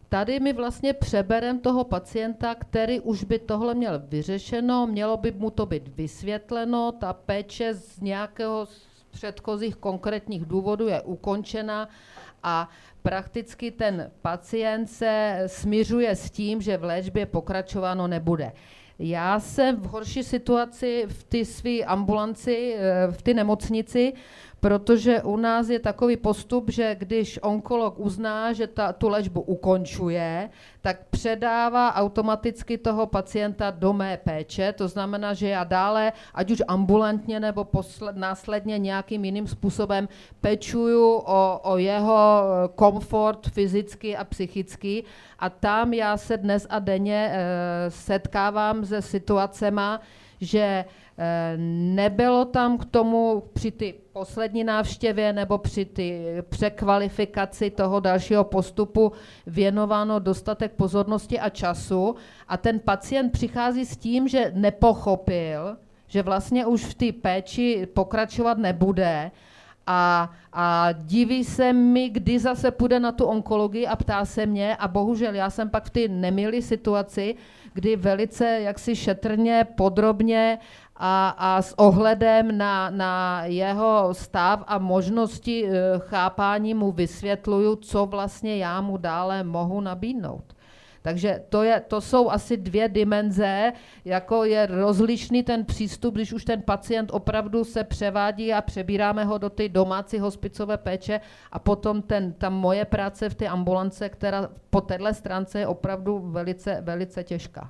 tady my vlastně přebereme toho pacienta, který už by tohle měl vyřešeno, mělo by mu to být vysvětleno, ta péče z nějakého z předchozích konkrétních důvodů je ukončena a prakticky ten pacient se smiřuje s tím, že v léčbě pokračováno nebude. Já jsem v horší situaci v té své ambulanci, v té nemocnici, protože u nás je takový postup, že když onkolog uzná, že tu léčbu ukončuje, tak předává automaticky toho pacienta do mé péče. To znamená, že já dále, ať už ambulantně nebo následně nějakým jiným způsobem pečuju o jeho komfort fyzicky a psychicky. A tam já se dnes a denně setkávám se situacema, že nebylo tam k tomu při ty poslední návštěvě nebo při ty překvalifikaci toho dalšího postupu věnováno dostatek pozornosti a času a ten pacient přichází s tím, že nepochopil, že vlastně už v té péči pokračovat nebude a diví se mi, kdy zase půjde na tu onkologii a ptá se mě a bohužel já jsem pak v té nemilé situaci, kdy velice jaksi šetrně, podrobně a s ohledem na jeho stav a možnosti chápání mu vysvětluju, co vlastně já mu dále mohu nabídnout. Takže to jsou asi dvě dimenze, jako je rozlišný ten přístup, když už ten pacient opravdu se převádí a přebíráme ho do té domácí hospicové péče a potom ta moje práce v té ambulance, která po téhle stránce je opravdu velice, velice těžká.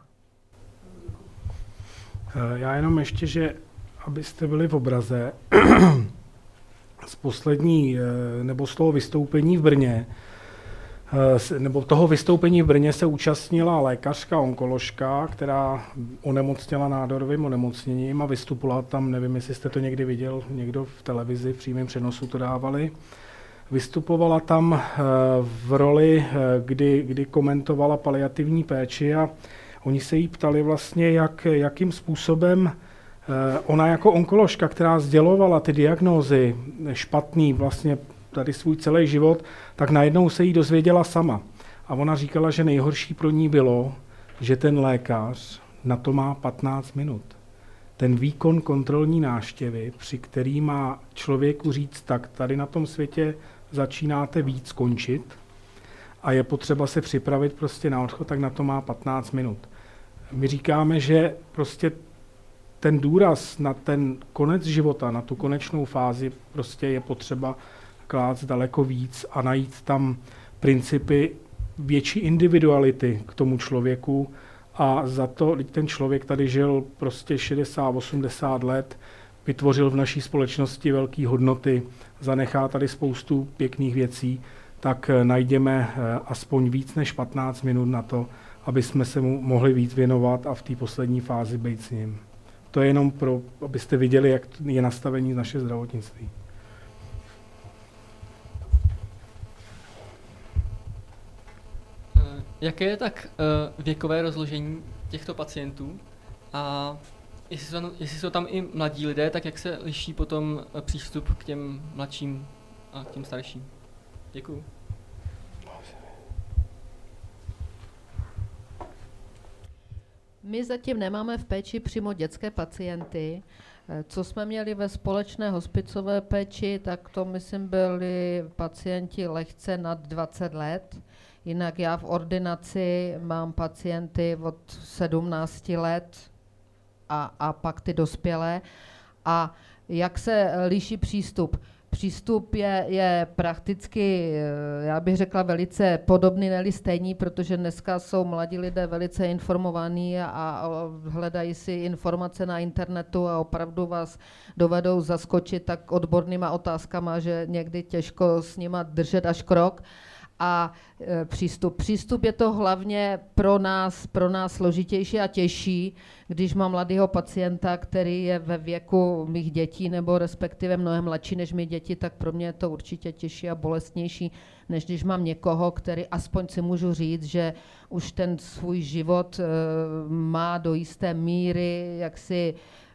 Já jenom ještě, že abyste byli v obraze, z toho vystoupení v Brně, toho vystoupení v Brně se účastnila lékařka, onkoložka, která onemocněla nádorovým onemocněním a vystupovala tam, nevím, jestli jste to někdy viděl, někdo v televizi, v přímém přenosu to dávali. Vystupovala tam v roli, kdy komentovala paliativní péči a oni se jí ptali vlastně, jakým způsobem ona jako onkoložka, která sdělovala ty diagnózy špatný vlastně tady svůj celý život, tak najednou se jí dozvěděla sama. A ona říkala, že nejhorší pro ní bylo, že ten lékař na to má 15 minut. Ten výkon kontrolní návštěvy, při který má člověku říct, tak tady na tom světě začínáte víc končit a je potřeba se připravit prostě na odchod, tak na to má 15 minut. My říkáme, že prostě ten důraz na ten konec života, na tu konečnou fázi prostě je potřeba klást daleko víc a najít tam principy větší individuality k tomu člověku a za to ten člověk tady žil prostě 60-80 let, vytvořil v naší společnosti velké hodnoty, zanechá tady spoustu pěkných věcí, tak najdeme aspoň víc než 15 minut na to, aby jsme se mu mohli víc věnovat a v té poslední fázi být s ním. To je jenom abyste viděli, jak je nastavení naše zdravotnictví. Jaké je tak věkové rozložení těchto pacientů a jestli jsou tam i mladí lidé, tak jak se liší potom přístup k těm mladším a k těm starším? Děkuju. My zatím nemáme v péči přímo dětské pacienty. Co jsme měli ve společné hospicové péči, tak to myslím byli pacienti lehce nad 20 let. Jinak já v ordinaci mám pacienty od 17 let a pak ty dospělé. A jak se liší přístup? Přístup je prakticky, já bych řekla, velice podobný, ne-li stejný, protože dneska jsou mladí lidé velice informovaní a hledají si informace na internetu a opravdu vás dovedou zaskočit tak odbornýma otázkama, že někdy těžko s nima držet až krok. A přístup je to hlavně pro nás složitější a těžší, když mám mladého pacienta, který je ve věku mých dětí nebo respektive mnohem mladší než mý děti, tak pro mě je to určitě těžší a bolestnější, než když mám někoho, který aspoň si můžu říct, že už ten svůj život má do jisté míry jaksi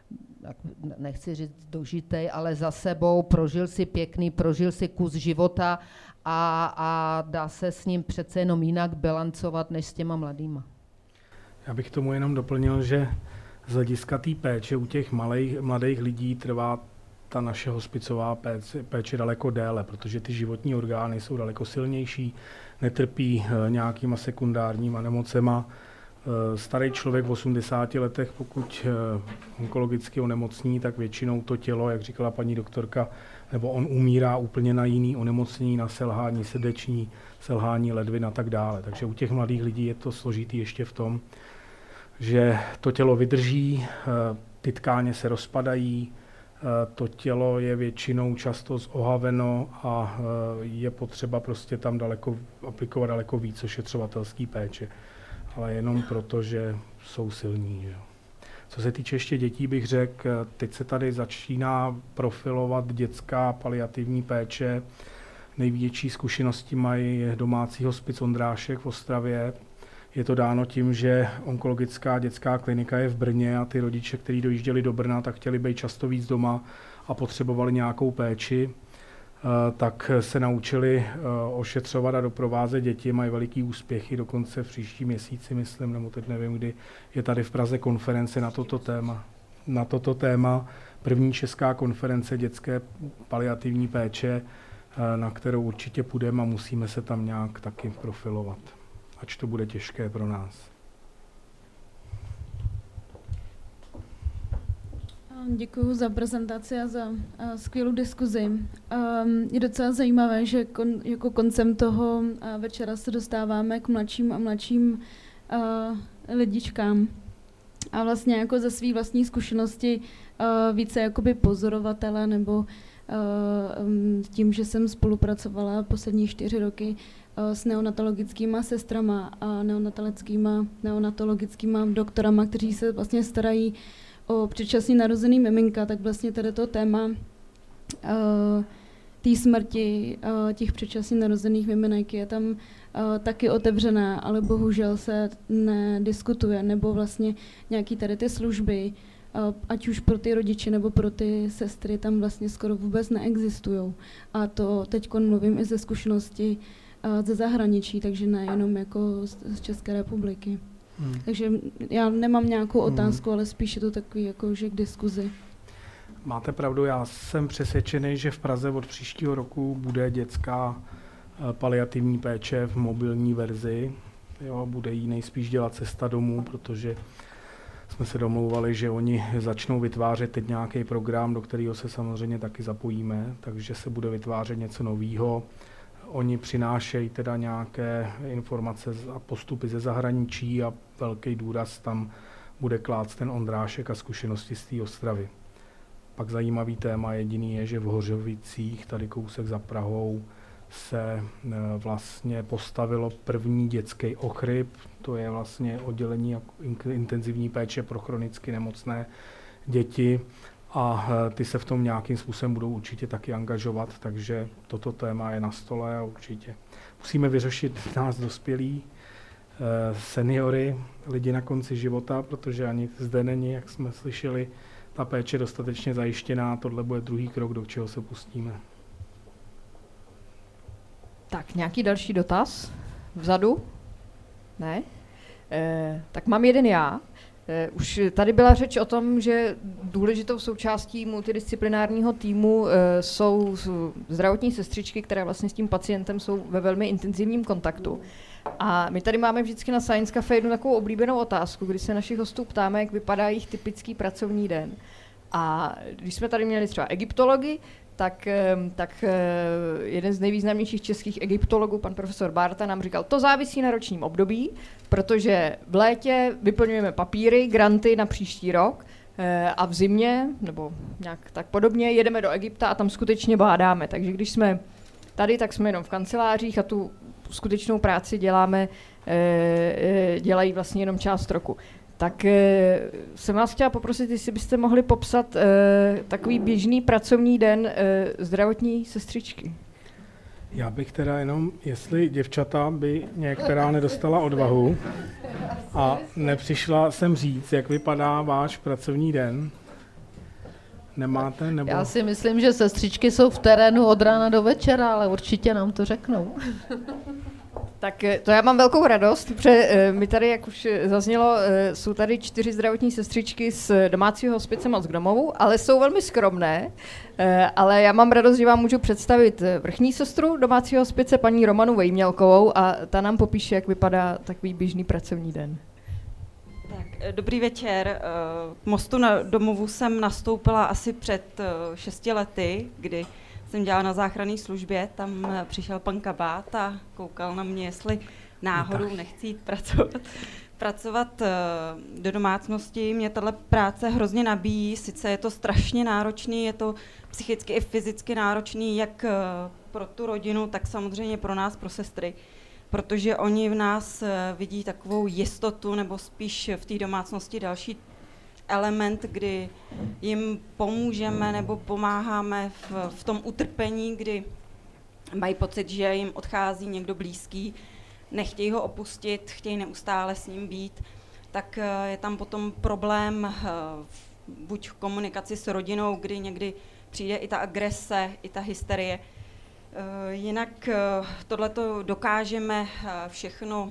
nechci říct dožitej, ale za sebou, prožil si kus života a dá se s ním přece jenom jinak bilancovat, než s těma mladýma. Já bych tomu jenom doplnil, že z hlediska té péče u těch mladých lidí trvá ta naše hospicová péče daleko déle, protože ty životní orgány jsou daleko silnější, netrpí nějakýma sekundárníma nemocema. Starý člověk v 80 letech, pokud onkologicky onemocní, tak většinou to tělo, jak říkala paní doktorka, nebo on umírá úplně na jiný onemocnění, na selhání srdeční, selhání ledvin a tak dále. Takže u těch mladých lidí je to složitý ještě v tom, že to tělo vydrží, ty tkáně se rozpadají, to tělo je většinou často zohaveno a je potřeba prostě tam aplikovat daleko víc ošetřovatelský péče. Ale jenom proto, že jsou silní. Že? Co se týče ještě dětí, bych řekl, teď se tady začíná profilovat dětská paliativní péče. Největší zkušenosti mají domácí hospic Ondrášek v Ostravě. Je to dáno tím, že onkologická dětská klinika je v Brně a ty rodiče, kteří dojížděli do Brna, tak chtěli být často víc doma a potřebovali nějakou péči, tak se naučili ošetřovat a doprovázet děti, mají veliký úspěchy, dokonce v příštím měsíci, myslím, nebo teď nevím, kdy je tady v Praze konference na toto téma. První česká konference dětské paliativní péče, na kterou určitě půjdeme a musíme se tam nějak taky profilovat. Ač to bude těžké pro nás. Děkuji za prezentaci a za skvělou diskuzi. Je docela zajímavé, že jako koncem toho večera se dostáváme k mladším a mladším lidičkám. A vlastně jako ze svý vlastní zkušenosti více jakoby pozorovatele nebo tím, že jsem spolupracovala poslední 4 roky s neonatologickýma sestrama a neonatologickýma doktorama, kteří se vlastně starají o předčasně narozený miminka, tak vlastně tady to téma té smrti těch předčasně narozených miminek je tam taky otevřené, ale bohužel se nediskutuje, nebo vlastně nějaký tady ty služby, ať už pro ty rodiče nebo pro ty sestry, tam vlastně skoro vůbec neexistují. A to teď mluvím i ze zkušenosti ze zahraničí, takže nejenom jako z České republiky. Takže já nemám nějakou otázku, ale spíš je to takový jako, že k diskuzi. Máte pravdu, já jsem přesvědčený, že v Praze od příštího roku bude dětská paliativní péče v mobilní verzi. Jo, bude jí nejspíš dělat cesta domů, protože jsme se domlouvali, že oni začnou vytvářet teď nějaký program, do kterého se samozřejmě taky zapojíme, takže se bude vytvářet něco nového. Oni přinášejí teda nějaké informace a postupy ze zahraničí a velký důraz tam bude klást ten Ondrášek a zkušenosti z té Ostravy. Pak zajímavý téma jediný je, že v Hořovicích, tady kousek za Prahou, se vlastně postavilo první dětský ochryp, to je vlastně oddělení intenzivní péče pro chronicky nemocné děti a ty se v tom nějakým způsobem budou určitě taky angažovat, takže toto téma je na stole a určitě musíme vyřešit nás dospělí, seniory, lidi na konci života, protože ani zde není, jak jsme slyšeli, ta péče dostatečně zajištěná, tohle bude druhý krok, do čeho se pustíme. Tak, nějaký další dotaz? Vzadu? Ne? Tak mám jeden já. Už tady byla řeč o tom, že důležitou součástí multidisciplinárního týmu jsou zdravotní sestřičky, které vlastně s tím pacientem jsou ve velmi intenzivním kontaktu. A my tady máme vždycky na Science Cafe jednu takovou oblíbenou otázku, kdy se našich hostů ptáme, jak vypadá jejich typický pracovní den. A když jsme tady měli třeba egyptology, tak jeden z nejvýznamnějších českých egyptologů, pan profesor Bárta, nám říkal, to závisí na ročním období, protože v létě vyplňujeme papíry, granty na příští rok a v zimě, nebo nějak tak podobně, jedeme do Egypta a tam skutečně bádáme. Takže když jsme tady, tak jsme jenom v kancelářích a tu skutečnou práci dělají vlastně jenom část roku. Tak jsem vás chtěla poprosit, jestli byste mohli popsat takový běžný pracovní den zdravotní sestřičky. Já bych teda jenom, jestli děvčata by některá nedostala odvahu a nepřišla sem říct, jak vypadá váš pracovní den. nemáte? Nebo... Já si myslím, že sestřičky jsou v terénu od rána do večera, ale určitě nám to řeknou. Tak to já mám velkou radost, protože my tady, jak už zaznělo, jsou tady 4 zdravotní sestřičky z domácího hospice Moc k domovu, ale jsou velmi skromné, ale já mám radost, že vám můžu představit vrchní sestru domácího hospice, paní Romanu Vejmělkovou, a ta nám popíše, jak vypadá takový běžný pracovní den. Tak, dobrý večer. K Mostu na domovu jsem nastoupila asi před 6 lety, kdy jsem dělala na záchranné službě, tam přišel pan Kabát a koukal na mě, jestli náhodou nechci jít pracovat do domácnosti. Mě tahle práce hrozně nabíjí, sice je to strašně náročný, je to psychicky i fyzicky náročný, jak pro tu rodinu, tak samozřejmě pro nás, pro sestry, protože oni v nás vidí takovou jistotu, nebo spíš v té domácnosti další element, kdy jim pomůžeme nebo pomáháme v tom utrpení, kdy mají pocit, že jim odchází někdo blízký, nechtějí ho opustit, chtějí neustále s ním být, tak je tam potom problém buď v komunikaci s rodinou, kdy někdy přijde i ta agrese, i ta hysterie. Jinak tohleto dokážeme všechno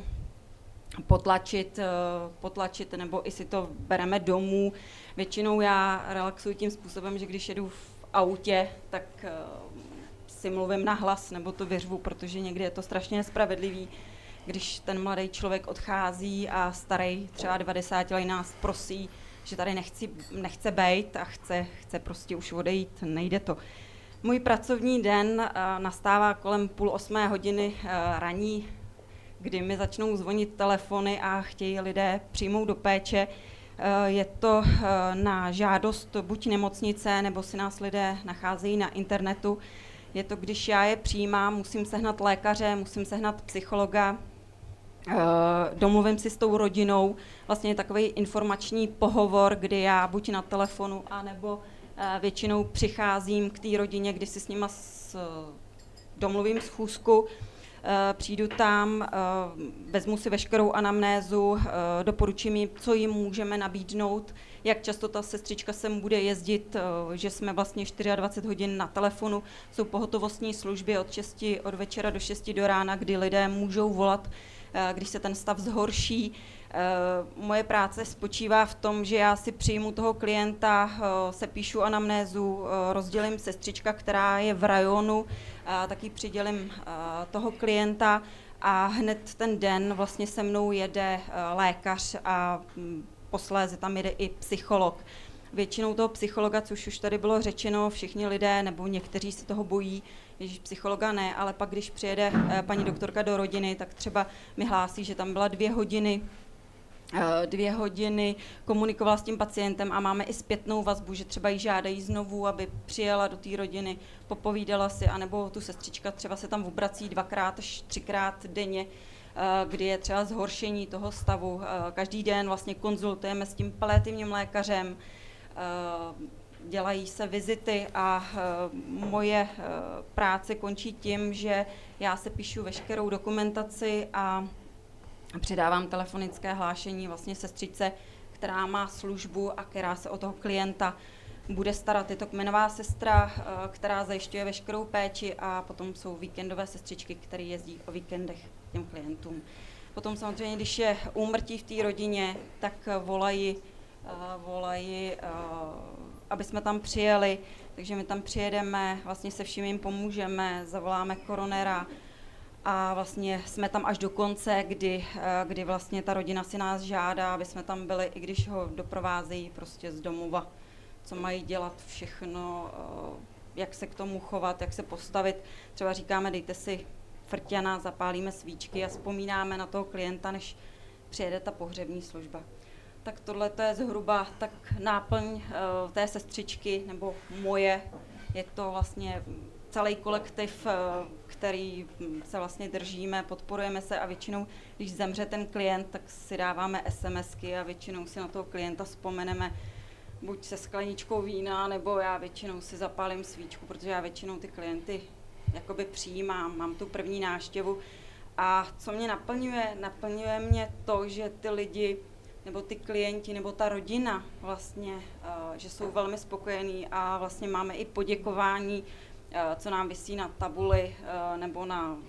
potlačit, nebo i si to bereme domů. Většinou já relaxuji tím způsobem, že když jedu v autě, tak si mluvím nahlas nebo to vyřvu, protože někdy je to strašně nespravedlivý, když ten mladý člověk odchází a starý třeba 90 let nás prosí, že tady nechce bejt a chce prostě už odejít, nejde to. Můj pracovní den nastává kolem 7:30 raní, kdy mi začnou zvonit telefony a chtějí lidé přijmout do péče. Je to na žádost buď nemocnice, nebo si nás lidé nacházejí na internetu. Je to, když já je přijímám, musím sehnat lékaře, musím sehnat psychologa, domluvím si s tou rodinou, vlastně takový informační pohovor, kdy já buď na telefonu, anebo většinou přicházím k té rodině, kdy si s nima domluvím schůzku, přijdu tam, vezmu si veškerou anamnézu, doporučím jim, co jim můžeme nabídnout, jak často ta sestřička sem bude jezdit, že jsme vlastně 24 hodin na telefonu, jsou pohotovostní služby od večera do 6 do rána, kdy lidé můžou volat, když se ten stav zhorší. Moje práce spočívá v tom, že já si přijmu toho klienta, sepíšu anamnézu, rozdělím sestřička, která je v rajonu, taky přidělím toho klienta a hned ten den vlastně se mnou jede lékař a posléze tam jede i psycholog. Většinou toho psychologa, což už tady bylo řečeno, všichni lidé nebo někteří se toho bojí, ježiš, psychologa ne, ale pak když přijede paní doktorka do rodiny, tak třeba mi hlásí, že tam byla 2 hodiny komunikovala s tím pacientem a máme i zpětnou vazbu, že třeba jí žádají znovu, aby přijela do té rodiny, popovídala si, anebo tu sestřička třeba se tam obrací 2x až 3x denně, kdy je třeba zhoršení toho stavu. Každý den vlastně konzultujeme s tím paliativním lékařem, dělají se vizity a moje práce končí tím, že já se píšu veškerou dokumentaci a předávám telefonické hlášení vlastně sestřičce, která má službu a která se o toho klienta bude starat. Je to kmenová sestra, která zajišťuje veškerou péči a potom jsou víkendové sestřičky, které jezdí o víkendech těm klientům. Potom samozřejmě, když je úmrtí v té rodině, tak volají, aby jsme tam přijeli, takže my tam přijedeme, vlastně se vším jim pomůžeme, zavoláme koronera a vlastně jsme tam až do konce, kdy vlastně ta rodina si nás žádá, aby jsme tam byli, i když ho doprovázejí prostě z domova, co mají dělat všechno, jak se k tomu chovat, jak se postavit. Třeba říkáme, dejte si frťana, zapálíme svíčky a vzpomínáme na toho klienta, než přijede ta pohřební služba. Tak tohle to je zhruba tak náplň té sestřičky, nebo moje. Je to vlastně celý kolektiv, který se vlastně držíme, podporujeme se a většinou, když zemře ten klient, tak si dáváme SMSky a většinou si na toho klienta vzpomeneme buď se skleničkou vína, nebo já většinou si zapálím svíčku, protože já většinou ty klienty jakoby přijímám, mám tu první návštěvu. A co mě naplňuje? Naplňuje mě to, že ty lidi nebo ty klienti, nebo ta rodina vlastně, že jsou velmi spokojení a vlastně máme i poděkování, co nám visí na tabuli nebo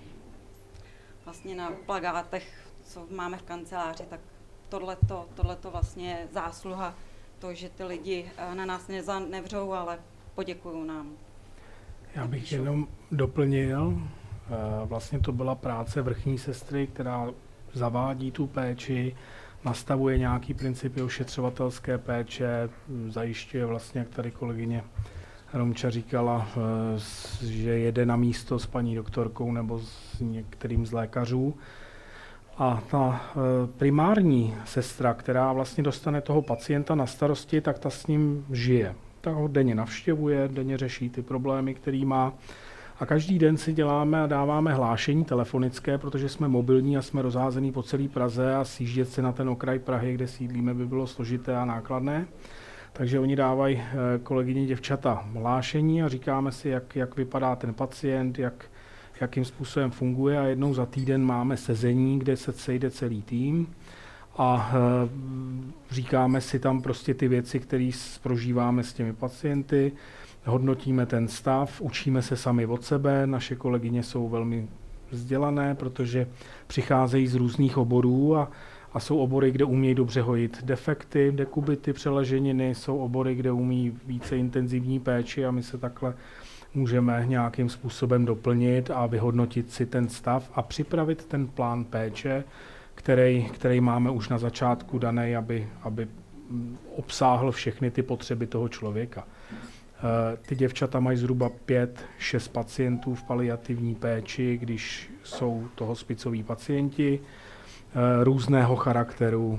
vlastně na plakátech, co máme v kanceláři, tak tohleto vlastně je zásluha to, že ty lidi na nás nevřou, ale poděkují nám. Já bych jenom doplnil, vlastně to byla práce vrchní sestry, která zavádí tu péči, nastavuje nějaký principy ošetřovatelské péče, zajišťuje vlastně, jak tady kolegyně Romča říkala, že jede na místo s paní doktorkou nebo s některým z lékařů. A ta primární sestra, která vlastně dostane toho pacienta na starosti, tak ta s ním žije. Ta ho denně navštěvuje, denně řeší ty problémy, který má. A každý den si děláme a dáváme hlášení telefonické, protože jsme mobilní a jsme rozházení po celé Praze a sjíždět se na ten okraj Prahy, kde sídlíme, by bylo složité a nákladné. Takže oni dávají kolegyni děvčata hlášení a říkáme si, jak vypadá ten pacient, jakým způsobem funguje a jednou za týden máme sezení, kde se sejde celý tým a říkáme si tam prostě ty věci, které prožíváme s těmi pacienty, hodnotíme ten stav, učíme se sami od sebe, naše kolegyně jsou velmi vzdělané, protože přicházejí z různých oborů a jsou obory, kde umějí dobře hojit defekty, dekubity, přeleženiny, jsou obory, kde umí více intenzivní péči a my se takhle můžeme nějakým způsobem doplnit a vyhodnotit si ten stav a připravit ten plán péče, který máme už na začátku daný, aby obsáhl všechny ty potřeby toho člověka. Ty děvčata mají zhruba 5-6 pacientů v paliativní péči, když jsou to hospicoví pacienti různého charakteru,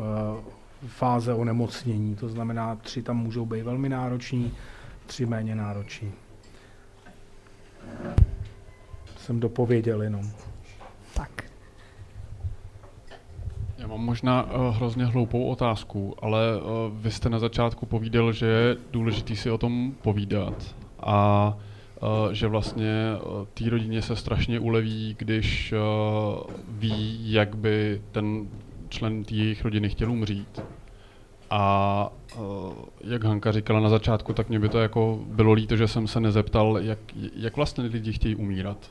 fáze onemocnění, to znamená 3 tam můžou být velmi nároční, 3 méně nároční. Jsem dopověděl jenom. Tak. Já mám možná hrozně hloupou otázku, ale vy jste na začátku povídal, že je důležitý si o tom povídat a že vlastně té rodině se strašně uleví, když ví, jak by ten člen té jejich rodiny chtěl umřít. A jak Hanka říkala na začátku, tak mě by to jako bylo líto, že jsem se nezeptal, jak vlastně lidi chtějí umírat.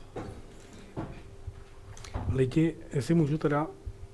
Lidi, jestli můžu teda,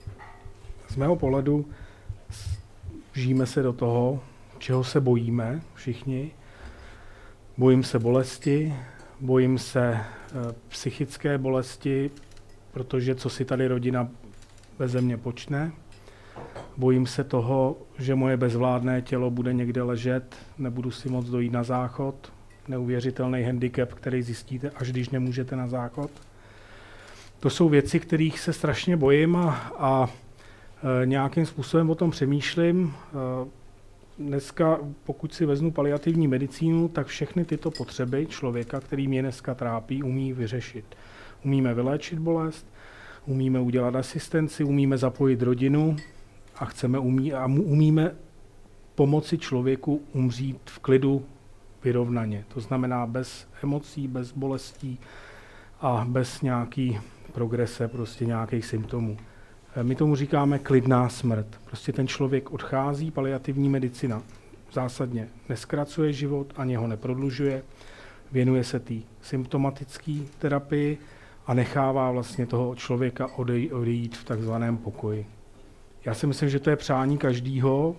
z mého pohledu vžijeme se do toho, čeho se bojíme všichni. Bojím se bolesti, bojím se psychické bolesti, protože co si tady rodina beze mě počne. Bojím se toho, že moje bezvládné tělo bude někde ležet, nebudu si moc dojít na záchod. Neuvěřitelný handicap, který zjistíte, až když nemůžete na záchod. To jsou věci, kterých se strašně bojím a nějakým způsobem o tom přemýšlím. Dneska, pokud si vezmu paliativní medicínu, tak všechny tyto potřeby člověka, který mě dneska trápí, umí vyřešit. Umíme vyléčit bolest, umíme udělat asistenci, umíme zapojit rodinu a umíme pomoci člověku umřít v klidu vyrovnaně. To znamená bez emocí, bez bolestí a bez nějaký progrese, prostě nějakých symptomů. My tomu říkáme klidná smrt. Prostě ten člověk odchází, paliativní medicina zásadně neskracuje život, ani ho neprodlužuje, věnuje se té symptomatické terapii a nechává vlastně toho člověka odejít v takzvaném pokoji. Já si myslím, že to je přání každýho.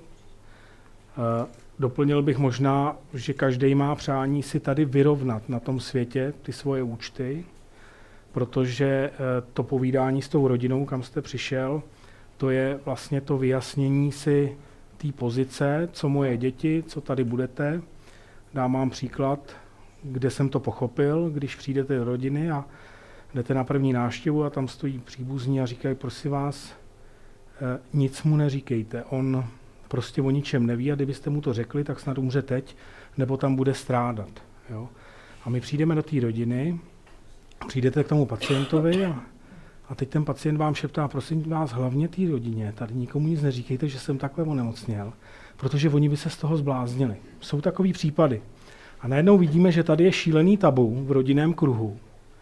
Doplnil bych možná, že každý má přání si tady vyrovnat na tom světě ty svoje účty, protože to povídání s tou rodinou, kam jste přišel, to je vlastně to vyjasnění si té pozice, co moje děti, co tady budete. Dám vám příklad, kde jsem to pochopil, když přijdete do rodiny a jdete na první návštěvu a tam stojí příbuzní a říkají, prosím vás, nic mu neříkejte, on prostě o ničem neví a kdybyste mu to řekli, tak snad umře teď, nebo tam bude strádat. Jo? A my přijdeme do té rodiny, přijdete k tomu pacientovi a teď ten pacient vám šeptá, prosím vás, hlavně té rodině, tady nikomu nic neříkejte, že jsem takhle onemocněl, protože oni by se z toho zbláznili. Jsou takový případy. A najednou vidíme, že tady je šílený tabu v rodinném kruhu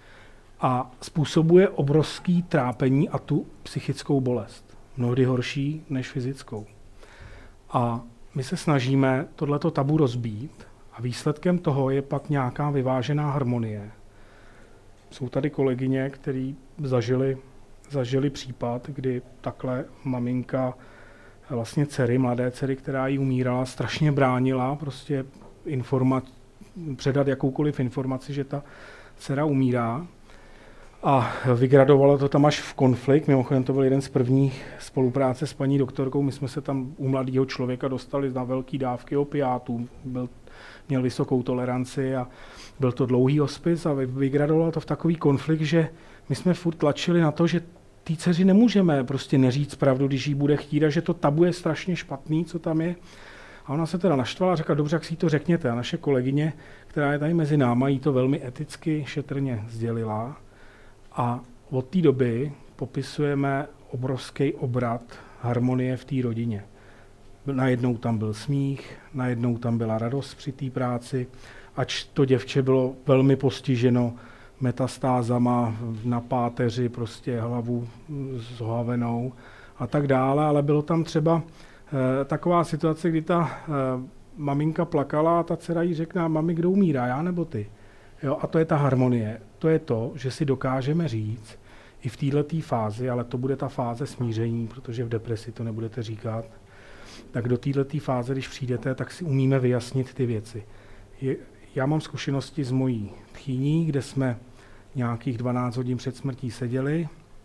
a způsobuje obrovský trápení a tu psychickou bolest. Mnohdy horší než fyzickou. A my se snažíme tohleto tabu rozbít a výsledkem toho je pak nějaká vyvážená harmonie. Jsou tady kolegyně, který zažili případ, kdy takhle maminka vlastně mladé dcery, která jí umírala, strašně bránila prostě předat jakoukoliv informaci, že ta dcera umírá. A vygradovalo to tam až v konflikt. Mimochodem to byl jeden z prvních spolupráce s paní doktorkou. My jsme se tam u mladého člověka dostali na velké dávky opiátů. Měl vysokou toleranci a byl to dlouhý hospic a vygradovalo to v takový konflikt, že my jsme furt tlačili na to, že té dceři nemůžeme prostě neříct pravdu, když jí bude chtít a že to tabu je strašně špatný, co tam je. A ona se teda naštvala a řekla, dobře, jak si to řekněte. A naše kolegyně, která je tady mezi náma, jí to velmi eticky šetrně sdělila. A od té doby popisujeme obrovský obrat harmonie v té rodině. Najednou tam byl smích, najednou tam byla radost při té práci, ač to děvče bylo velmi postiženo metastázama na páteři, prostě hlavu zhohavenou a tak dále, ale bylo tam třeba taková situace, kdy ta maminka plakala a ta dcera jí řekne, mami, kdo umírá, já nebo ty? Jo, a to je ta harmonie. To je to, že si dokážeme říct i v této fázi, ale to bude ta fáze smíření, protože v depresi to nebudete říkat, tak do této fáze, když přijdete, tak si umíme vyjasnit ty věci. Já mám zkušenosti z mojí tchýní, kde jsme nějakých 12 hodin před smrtí seděli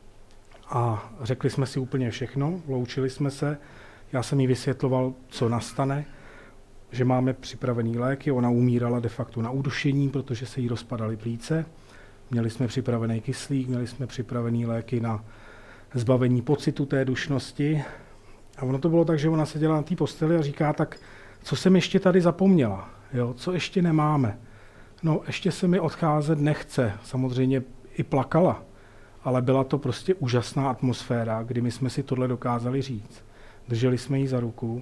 a řekli jsme si úplně všechno, loučili jsme se, já jsem jí vysvětloval, co nastane, že máme připravený léky, ona umírala de facto na udušení, protože se jí rozpadaly plíce, měli jsme připravený kyslík, měli jsme připravený léky na zbavení pocitu té dušnosti a ono to bylo tak, že ona seděla na té posteli a říká, tak co jsem ještě tady zapomněla, jo? Co ještě nemáme. No, ještě se mi odcházet nechce, samozřejmě i plakala, ale byla to prostě úžasná atmosféra, kdy my jsme si tohle dokázali říct. Drželi jsme ji za ruku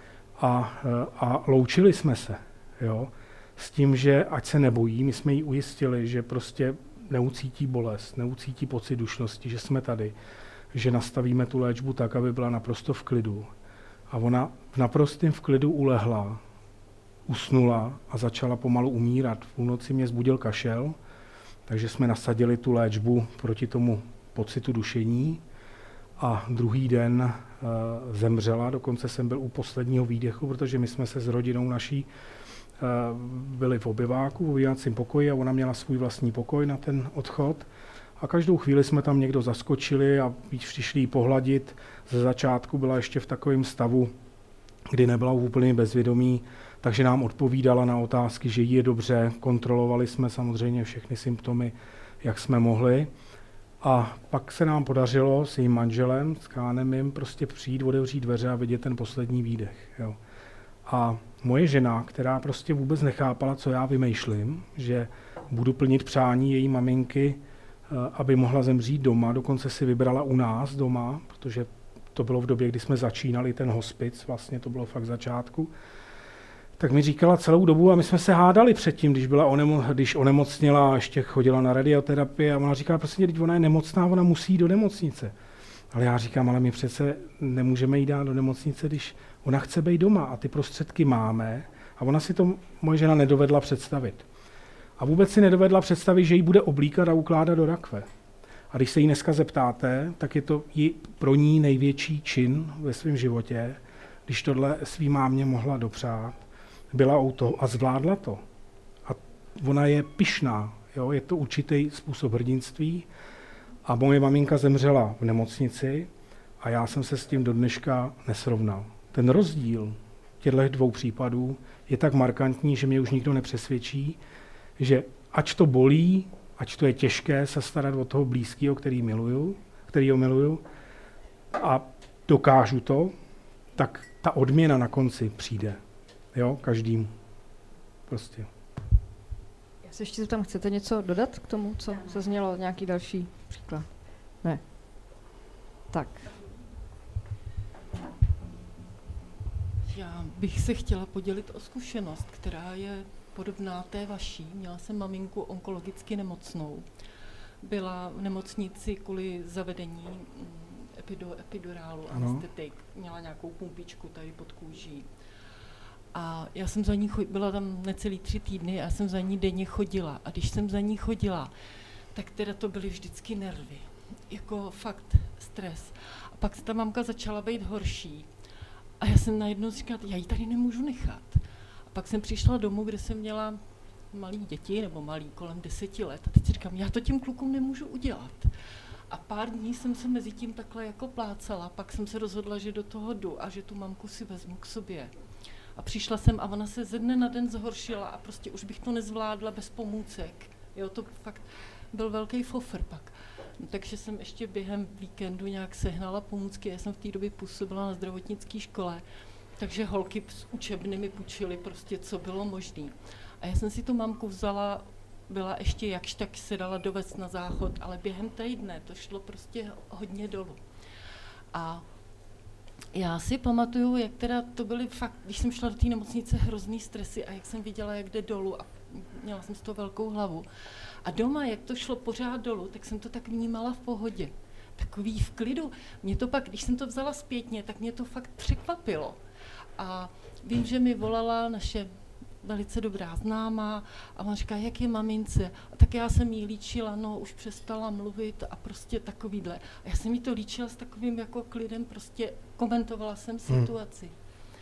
a loučili jsme se, jo? S tím, že ať se nebojí, my jsme jí ujistili, že prostě neucítí bolest, neucítí pocit dušnosti, že jsme tady, že nastavíme tu léčbu tak, aby byla naprosto v klidu. A ona v naprostém v klidu ulehla, usnula a začala pomalu umírat. V půlnoci mě zbudil kašel, takže jsme nasadili tu léčbu proti tomu pocitu dušení a druhý den zemřela, dokonce jsem byl u posledního výdechu, protože my jsme se s rodinou naší byli v obyváku, v obyvacím pokoji a ona měla svůj vlastní pokoj na ten odchod. A každou chvíli jsme tam někdo zaskočili a přišli ji pohladit. Ze začátku byla ještě v takovém stavu, kdy nebyla úplně bezvědomí, takže nám odpovídala na otázky, že jí je dobře. Kontrolovali jsme samozřejmě všechny symptomy, jak jsme mohli. A pak se nám podařilo s jejím manželem, s Kánem jim, prostě přijít, otevřít dveře a vidět ten poslední výdech. Jo. A moje žena, která prostě vůbec nechápala, co já vymýšlím, že budu plnit přání její maminky, aby mohla zemřít doma, dokonce si vybrala u nás doma, protože to bylo v době, kdy jsme začínali ten hospic, vlastně to bylo fakt v začátku, tak mi říkala celou dobu a my jsme se hádali předtím, když onemocněla a ještě chodila na radioterapii a ona říkala, prostě teď ona je nemocná, ona musí jít do nemocnice. Ale já říkám, ale my přece nemůžeme jít dát do nemocnice, když ona chce být doma a ty prostředky máme a ona si to moje žena nedovedla představit. A vůbec si nedovedla představit, že ji bude oblíkat a ukládat do rakve. A když se jí dneska zeptáte, tak je to pro ní největší čin ve svém životě, když tohle svý mámě mohla dopřát, byla u toho a zvládla to. A ona je pyšná, jo? Je to určitý způsob hrdinství. A moje maminka zemřela v nemocnici a já jsem se s tím do dneška nesrovnal. Ten rozdíl těchto dvou případů je tak markantní, že mě už nikdo nepřesvědčí, že ať to bolí, ať to je těžké se starat o toho blízkého, kterýho miluju a dokážu to, tak ta odměna na konci přijde. Jo, každému. Prostě. Já se ještě tam chcete něco dodat k tomu, co se znělo, nějaký další příklad? Ne. Tak. Já bych se chtěla podělit o zkušenost, která je podobná té vaší. Měla jsem maminku onkologicky nemocnou. Byla v nemocnici kvůli zavedení epidurálu, anestetik, měla nějakou pumpičku tady pod kůží. A já jsem za ní byla tam necelý 3 týdny a já jsem za ní denně chodila. A když jsem za ní chodila, tak teda to byly vždycky nervy. Jako fakt stres. A pak se ta mamka začala být horší. A já jsem najednou říkala, já ji tady nemůžu nechat. A pak jsem přišla domů, kde jsem měla malý děti, nebo malý kolem 10 let. A teď si říkám, já to těm klukům nemůžu udělat. A pár dní jsem se mezi tím takhle jako plácala. Pak jsem se rozhodla, že do toho jdu a že tu mamku si vezmu k sobě. A přišla jsem a ona se ze dne na den zhoršila a prostě už bych to nezvládla bez pomůcek. Jo, to fakt byl velký fofr pak. No, takže jsem ještě během víkendu nějak sehnala pomůcky. Já jsem v té době působila na zdravotnické škole, takže holky s učebny mi půjčily prostě, co bylo možné. A já jsem si tu mamku vzala, byla ještě jakž tak se dala dovést na záchod, ale během týdne to šlo prostě hodně dolů. A já si pamatuju, jak teda to byly fakt, když jsem šla do té nemocnice, hrozný stresy a jak jsem viděla, jak jde dolů a měla jsem z toho velkou hlavu. A doma, jak to šlo pořád dolů, tak jsem to tak vnímala v pohodě. Takový v klidu. Mě to pak, když jsem to vzala zpětně, tak mě to fakt překvapilo. A vím, že mi volala naše velice dobrá známá a on říká, jak je mamince. A tak já jsem jí líčila, no už přestala mluvit a prostě takovýhle. A já jsem jí to líčila s takovým jako klidem, prostě komentovala jsem situaci.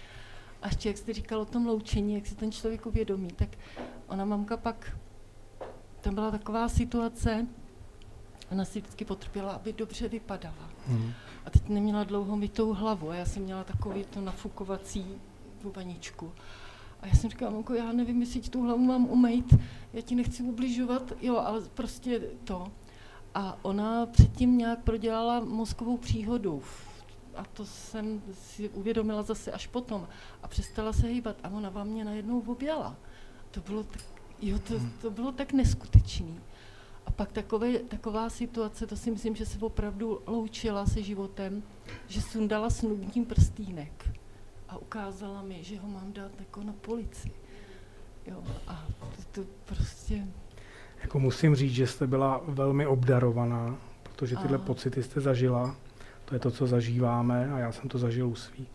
A ještě jak jste říkal o tom loučení, jak si ten člověk uvědomí, tak ona mamka pak, tam byla taková situace, ona si vždycky potrpěla, aby dobře vypadala. A teď neměla dlouho mytou hlavu a já jsem měla takový to nafukovací vaničku. A já jsem říkala, mamko, já nevím, jestli ti tu hlavu mám umýt, já ti nechci ubližovat, jo, ale prostě to. A ona předtím nějak prodělala mozkovou příhodu. A to jsem si uvědomila zase až potom. A přestala se hýbat a ona vám mě najednou objala. To bylo tak, to bylo tak neskutečný. A pak taková situace, to si myslím, že se opravdu loučila se životem, že sundala snubní prstýnek a ukázala mi, že ho mám dát jako na policii. Jo, a to prostě... Jako musím říct, že jste byla velmi obdarovaná, protože tyhle pocity jste zažila. To je to, co zažíváme a já jsem to zažil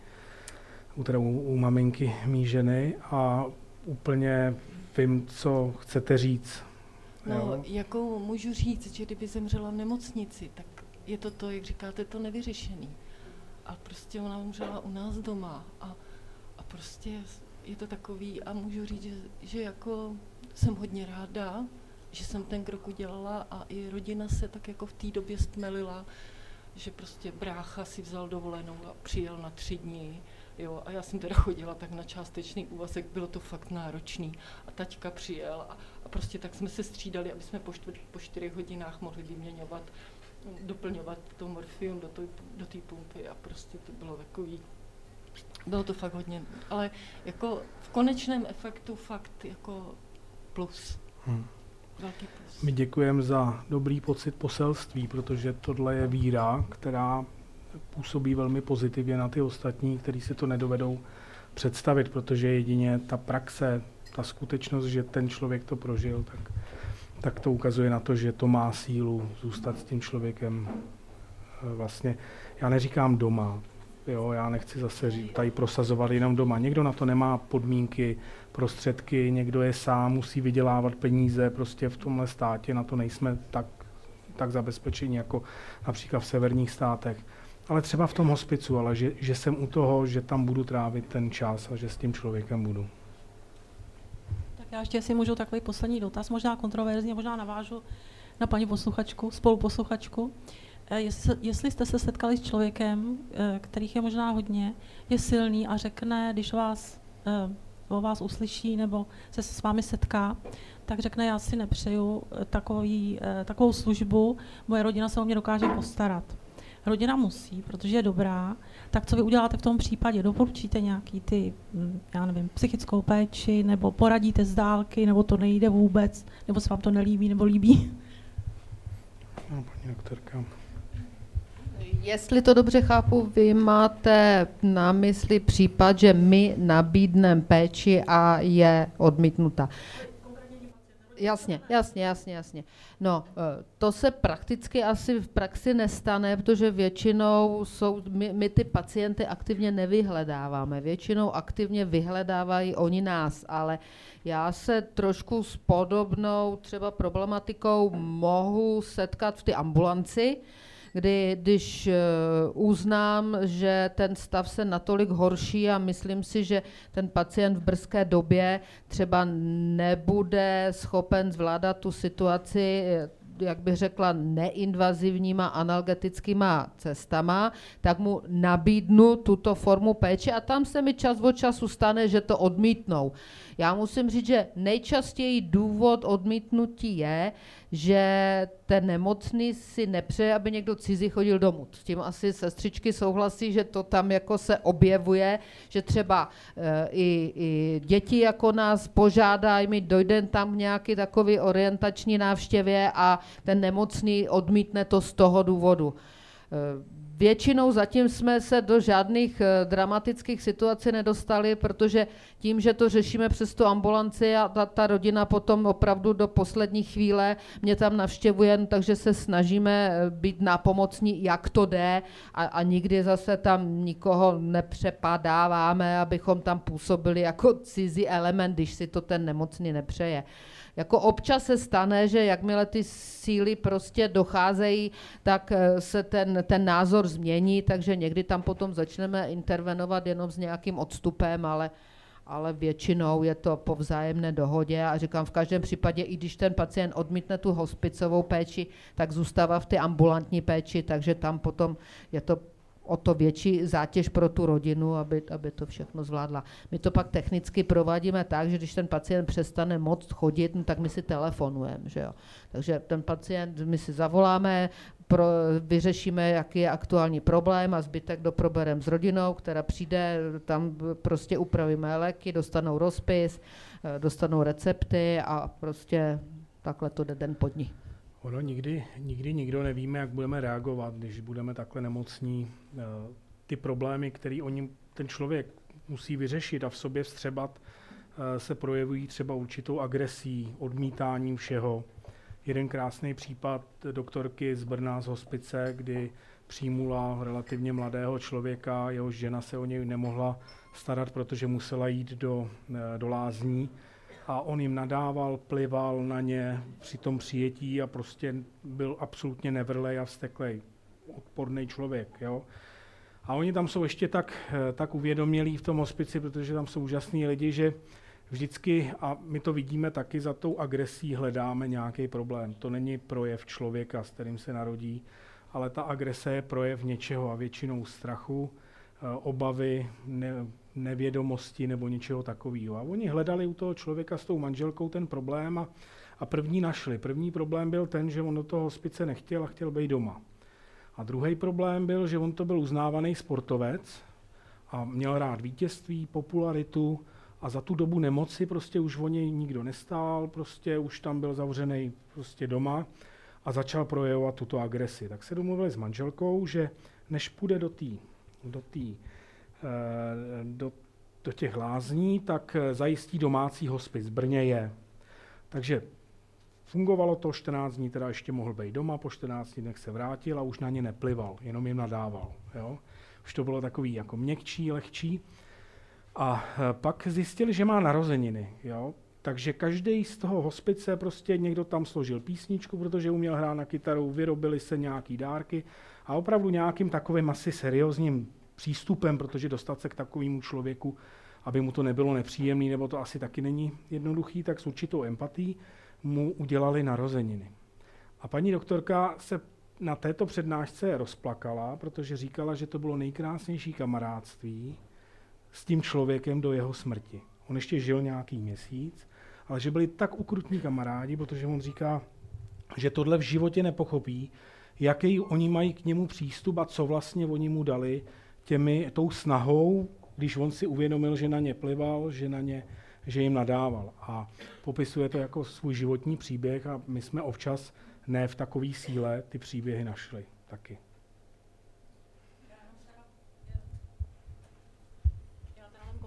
u maminky mý ženy a úplně vím, co chcete říct. No, jo? jako můžu říct, že kdyby zemřela v nemocnici, tak je to, jak říkáte, to nevyřešený. A prostě ona umřela u nás doma a prostě je to takový a můžu říct, že jako jsem hodně ráda, že jsem ten krok udělala a i rodina se tak jako v té době stmelila, že prostě brácha si vzal dovolenou a přijel na 3 dny, jo, a já jsem teda chodila tak na částečný úvazek, bylo to fakt náročný a taťka přijel a prostě tak jsme se střídali, aby jsme po 4 hodinách mohli vyměňovat, doplňovat to morfium do té pumpy a prostě to bylo takový, bylo to fakt hodně, ale jako v konečném efektu fakt jako plus. Velký plus. My děkujeme za dobrý pocit poselství, protože tohle je víra, která působí velmi pozitivně na ty ostatní, kteří si to nedovedou představit, protože jedině ta praxe, ta skutečnost, že ten člověk to prožil, tak to ukazuje na to, že to má sílu zůstat s tím člověkem vlastně, já neříkám doma, jo, já nechci zase tady prosazovat jenom doma. Někdo na to nemá podmínky, prostředky, někdo je sám, musí vydělávat peníze, prostě v tomhle státě na to nejsme tak zabezpečení jako například v severních státech. Ale třeba v tom hospicu, ale že jsem u toho, že tam budu trávit ten čas a že s tím člověkem budu. Tak já ještě si můžu takový poslední dotaz, možná kontroverzně, možná navážu na paní posluchačku, spoluposluchačku. Jestli jste se setkali s člověkem, kterých je možná hodně, je silný a řekne, když o vás uslyší nebo se s vámi setká, tak řekne, já si nepřeju takovou službu, moje rodina se o mě dokáže postarat. Rodina musí, protože je dobrá, tak co vy uděláte v tom případě? Doporučíte nějaký já nevím, psychickou péči, nebo poradíte z dálky, nebo to nejde vůbec, nebo se vám to nelíbí, nebo líbí? No, paní doktorka. Jestli to dobře chápu, vy máte na mysli případ, že my nabídneme péči a je odmítnuta. Jasně. No, to se prakticky asi v praxi nestane, protože většinou my ty pacienty aktivně nevyhledáváme. Většinou aktivně vyhledávají oni nás, ale já se trošku s podobnou třeba problematikou mohu setkat v té ambulanci, když uznám, že ten stav se natolik horší a myslím si, že ten pacient v brzké době třeba nebude schopen zvládat tu situaci, jak bych řekla, neinvazivníma analgetickýma cestama, tak mu nabídnu tuto formu péče a tam se mi čas od času stane, že to odmítnou. Já musím říct, že nejčastěji důvod odmítnutí je, že ten nemocný si nepřeje, aby někdo cizí chodil domů. S tím asi sestřičky souhlasí, že to tam jako se objevuje, že třeba i děti jako nás požádají, my dojdeme tam k nějaký takový orientační návštěvě a ten nemocný odmítne to z toho důvodu. Většinou zatím jsme se do žádných dramatických situací nedostali, protože tím, že to řešíme přes tu ambulanci a ta rodina potom opravdu do poslední chvíle mě tam navštěvuje, takže se snažíme být nápomocní, jak to jde a nikdy zase tam nikoho nepřepadáváme, abychom tam působili jako cizí element, když si to ten nemocný nepřeje. Jako občas se stane, že jakmile ty síly prostě docházejí, tak se ten názor změní, takže někdy tam potom začneme intervenovat jenom s nějakým odstupem, ale většinou je to po vzájemné dohodě a říkám, v každém případě, i když ten pacient odmítne tu hospicovou péči, tak zůstává v té ambulantní péči, takže tam potom je to o to větší zátěž pro tu rodinu, aby to všechno zvládla. My to pak technicky provádíme tak, že když ten pacient přestane moct chodit, no, tak my si telefonujeme. Že jo? Takže ten pacient, my si zavoláme, vyřešíme, jaký je aktuální problém a zbytek doprobereme s rodinou, která přijde, tam prostě upravíme léky, dostanou rozpis, dostanou recepty a prostě takhle to jde den po dní. Ono nikdy nikdo nevíme, jak budeme reagovat, když budeme takhle nemocní. Ty problémy, které ten člověk musí vyřešit a v sobě vstřebat, se projevují třeba určitou agresí, odmítáním všeho. Jeden krásný případ doktorky z Brna z hospice, kdy přijmula relativně mladého člověka, jehož žena se o něj nemohla starat, protože musela jít do lázní. A on jim nadával, plival na ně při tom přijetí a prostě byl absolutně nevrlej a vzteklej, odporný člověk. Jo? A oni tam jsou ještě tak uvědomělí v tom hospici, protože tam jsou úžasní lidi, že vždycky, a my to vidíme taky, za tou agresí hledáme nějaký problém. To není projev člověka, s kterým se narodí, ale ta agrese je projev něčeho a většinou strachu, obavy, nevědomosti nebo něčeho takového. A oni hledali u toho člověka s tou manželkou ten problém a první našli. První problém byl ten, že on do toho hospice nechtěl a chtěl být doma. A druhý problém byl, že on to byl uznávaný sportovec a měl rád vítězství, popularitu a za tu dobu nemoci prostě už o něj nikdo nestál, prostě už tam byl zavřený prostě doma a začal projevovat tuto agresi. Tak se domluvili s manželkou, že než půjde do těch lázní, tak zajistí domácí hospic. V Brně je. Takže fungovalo to 14 dní, teda ještě mohl být doma, po 14 dnech se vrátil a už na ně neplival, jenom jim nadával. Jo? Už to bylo takový jako měkčí, lehčí. A pak zjistili, že má narozeniny. Jo? Takže každý z toho hospice prostě někdo tam složil písničku, protože uměl hrát na kytaru, vyrobili se nějaký dárky a opravdu nějakým takovým asi seriózním přístupem, protože dostat se k takovému člověku, aby mu to nebylo nepříjemné, nebo to asi taky není jednoduchý, tak s určitou empatií mu udělali narozeniny. A paní doktorka se na této přednášce rozplakala, protože říkala, že to bylo nejkrásnější kamarádství s tím člověkem do jeho smrti. On ještě žil nějaký měsíc, ale že byli tak ukrutní kamarádi, protože on říká, že tohle v životě nepochopí, jaký oni mají k němu přístup a co vlastně oni mu dali tou snahou, když on si uvědomil, že na ně plival, že jim nadával. A popisuje to jako svůj životní příběh a my jsme občas ne v takové síle ty příběhy našli taky. Já teda mám asi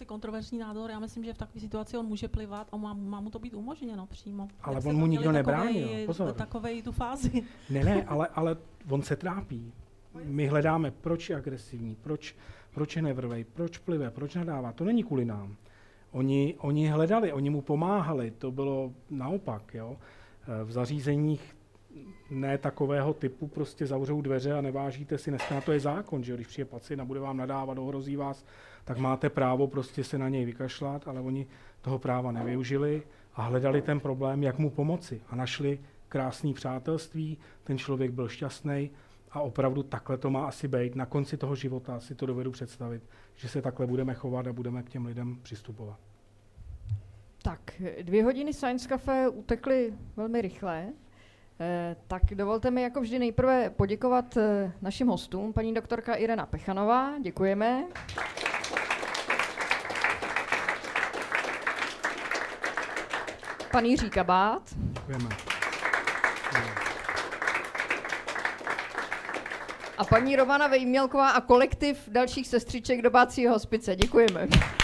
asi kontroverzní názor. Já myslím, že v takové situaci on může plivat a má mu to být umožněno přímo. Ale on mu nikdo nebránil. Pozor. Takovej tu fázi. Ne, ale on se trápí. My hledáme, proč je agresivní, proč je nevrvej, proč plive, proč nadává. To není kvůli nám. Oni hledali, oni mu pomáhali, to bylo naopak. Jo? V zařízeních ne takového typu prostě zavřou dveře a nevážíte si, dneska na to je zákon, že když přijde pacient a bude vám nadávat, ohrozí vás, tak máte právo prostě se na něj vykašlat, ale oni toho práva nevyužili a hledali ten problém, jak mu pomoci a našli krásné přátelství, ten člověk byl šťastný a opravdu takhle to má asi být. Na konci toho života si to dovedu představit, že se takhle budeme chovat a budeme k těm lidem přistupovat. Tak, 2 hodiny Science Café utekly velmi rychle. Tak dovolte mi jako vždy nejprve poděkovat našim hostům, paní doktorka Irena Pechanová, děkujeme. Pan Jiří Kabát. Děkujeme. A paní Romana Vejmělková a kolektiv dalších sestřiček Dobácího hospice. Děkujeme.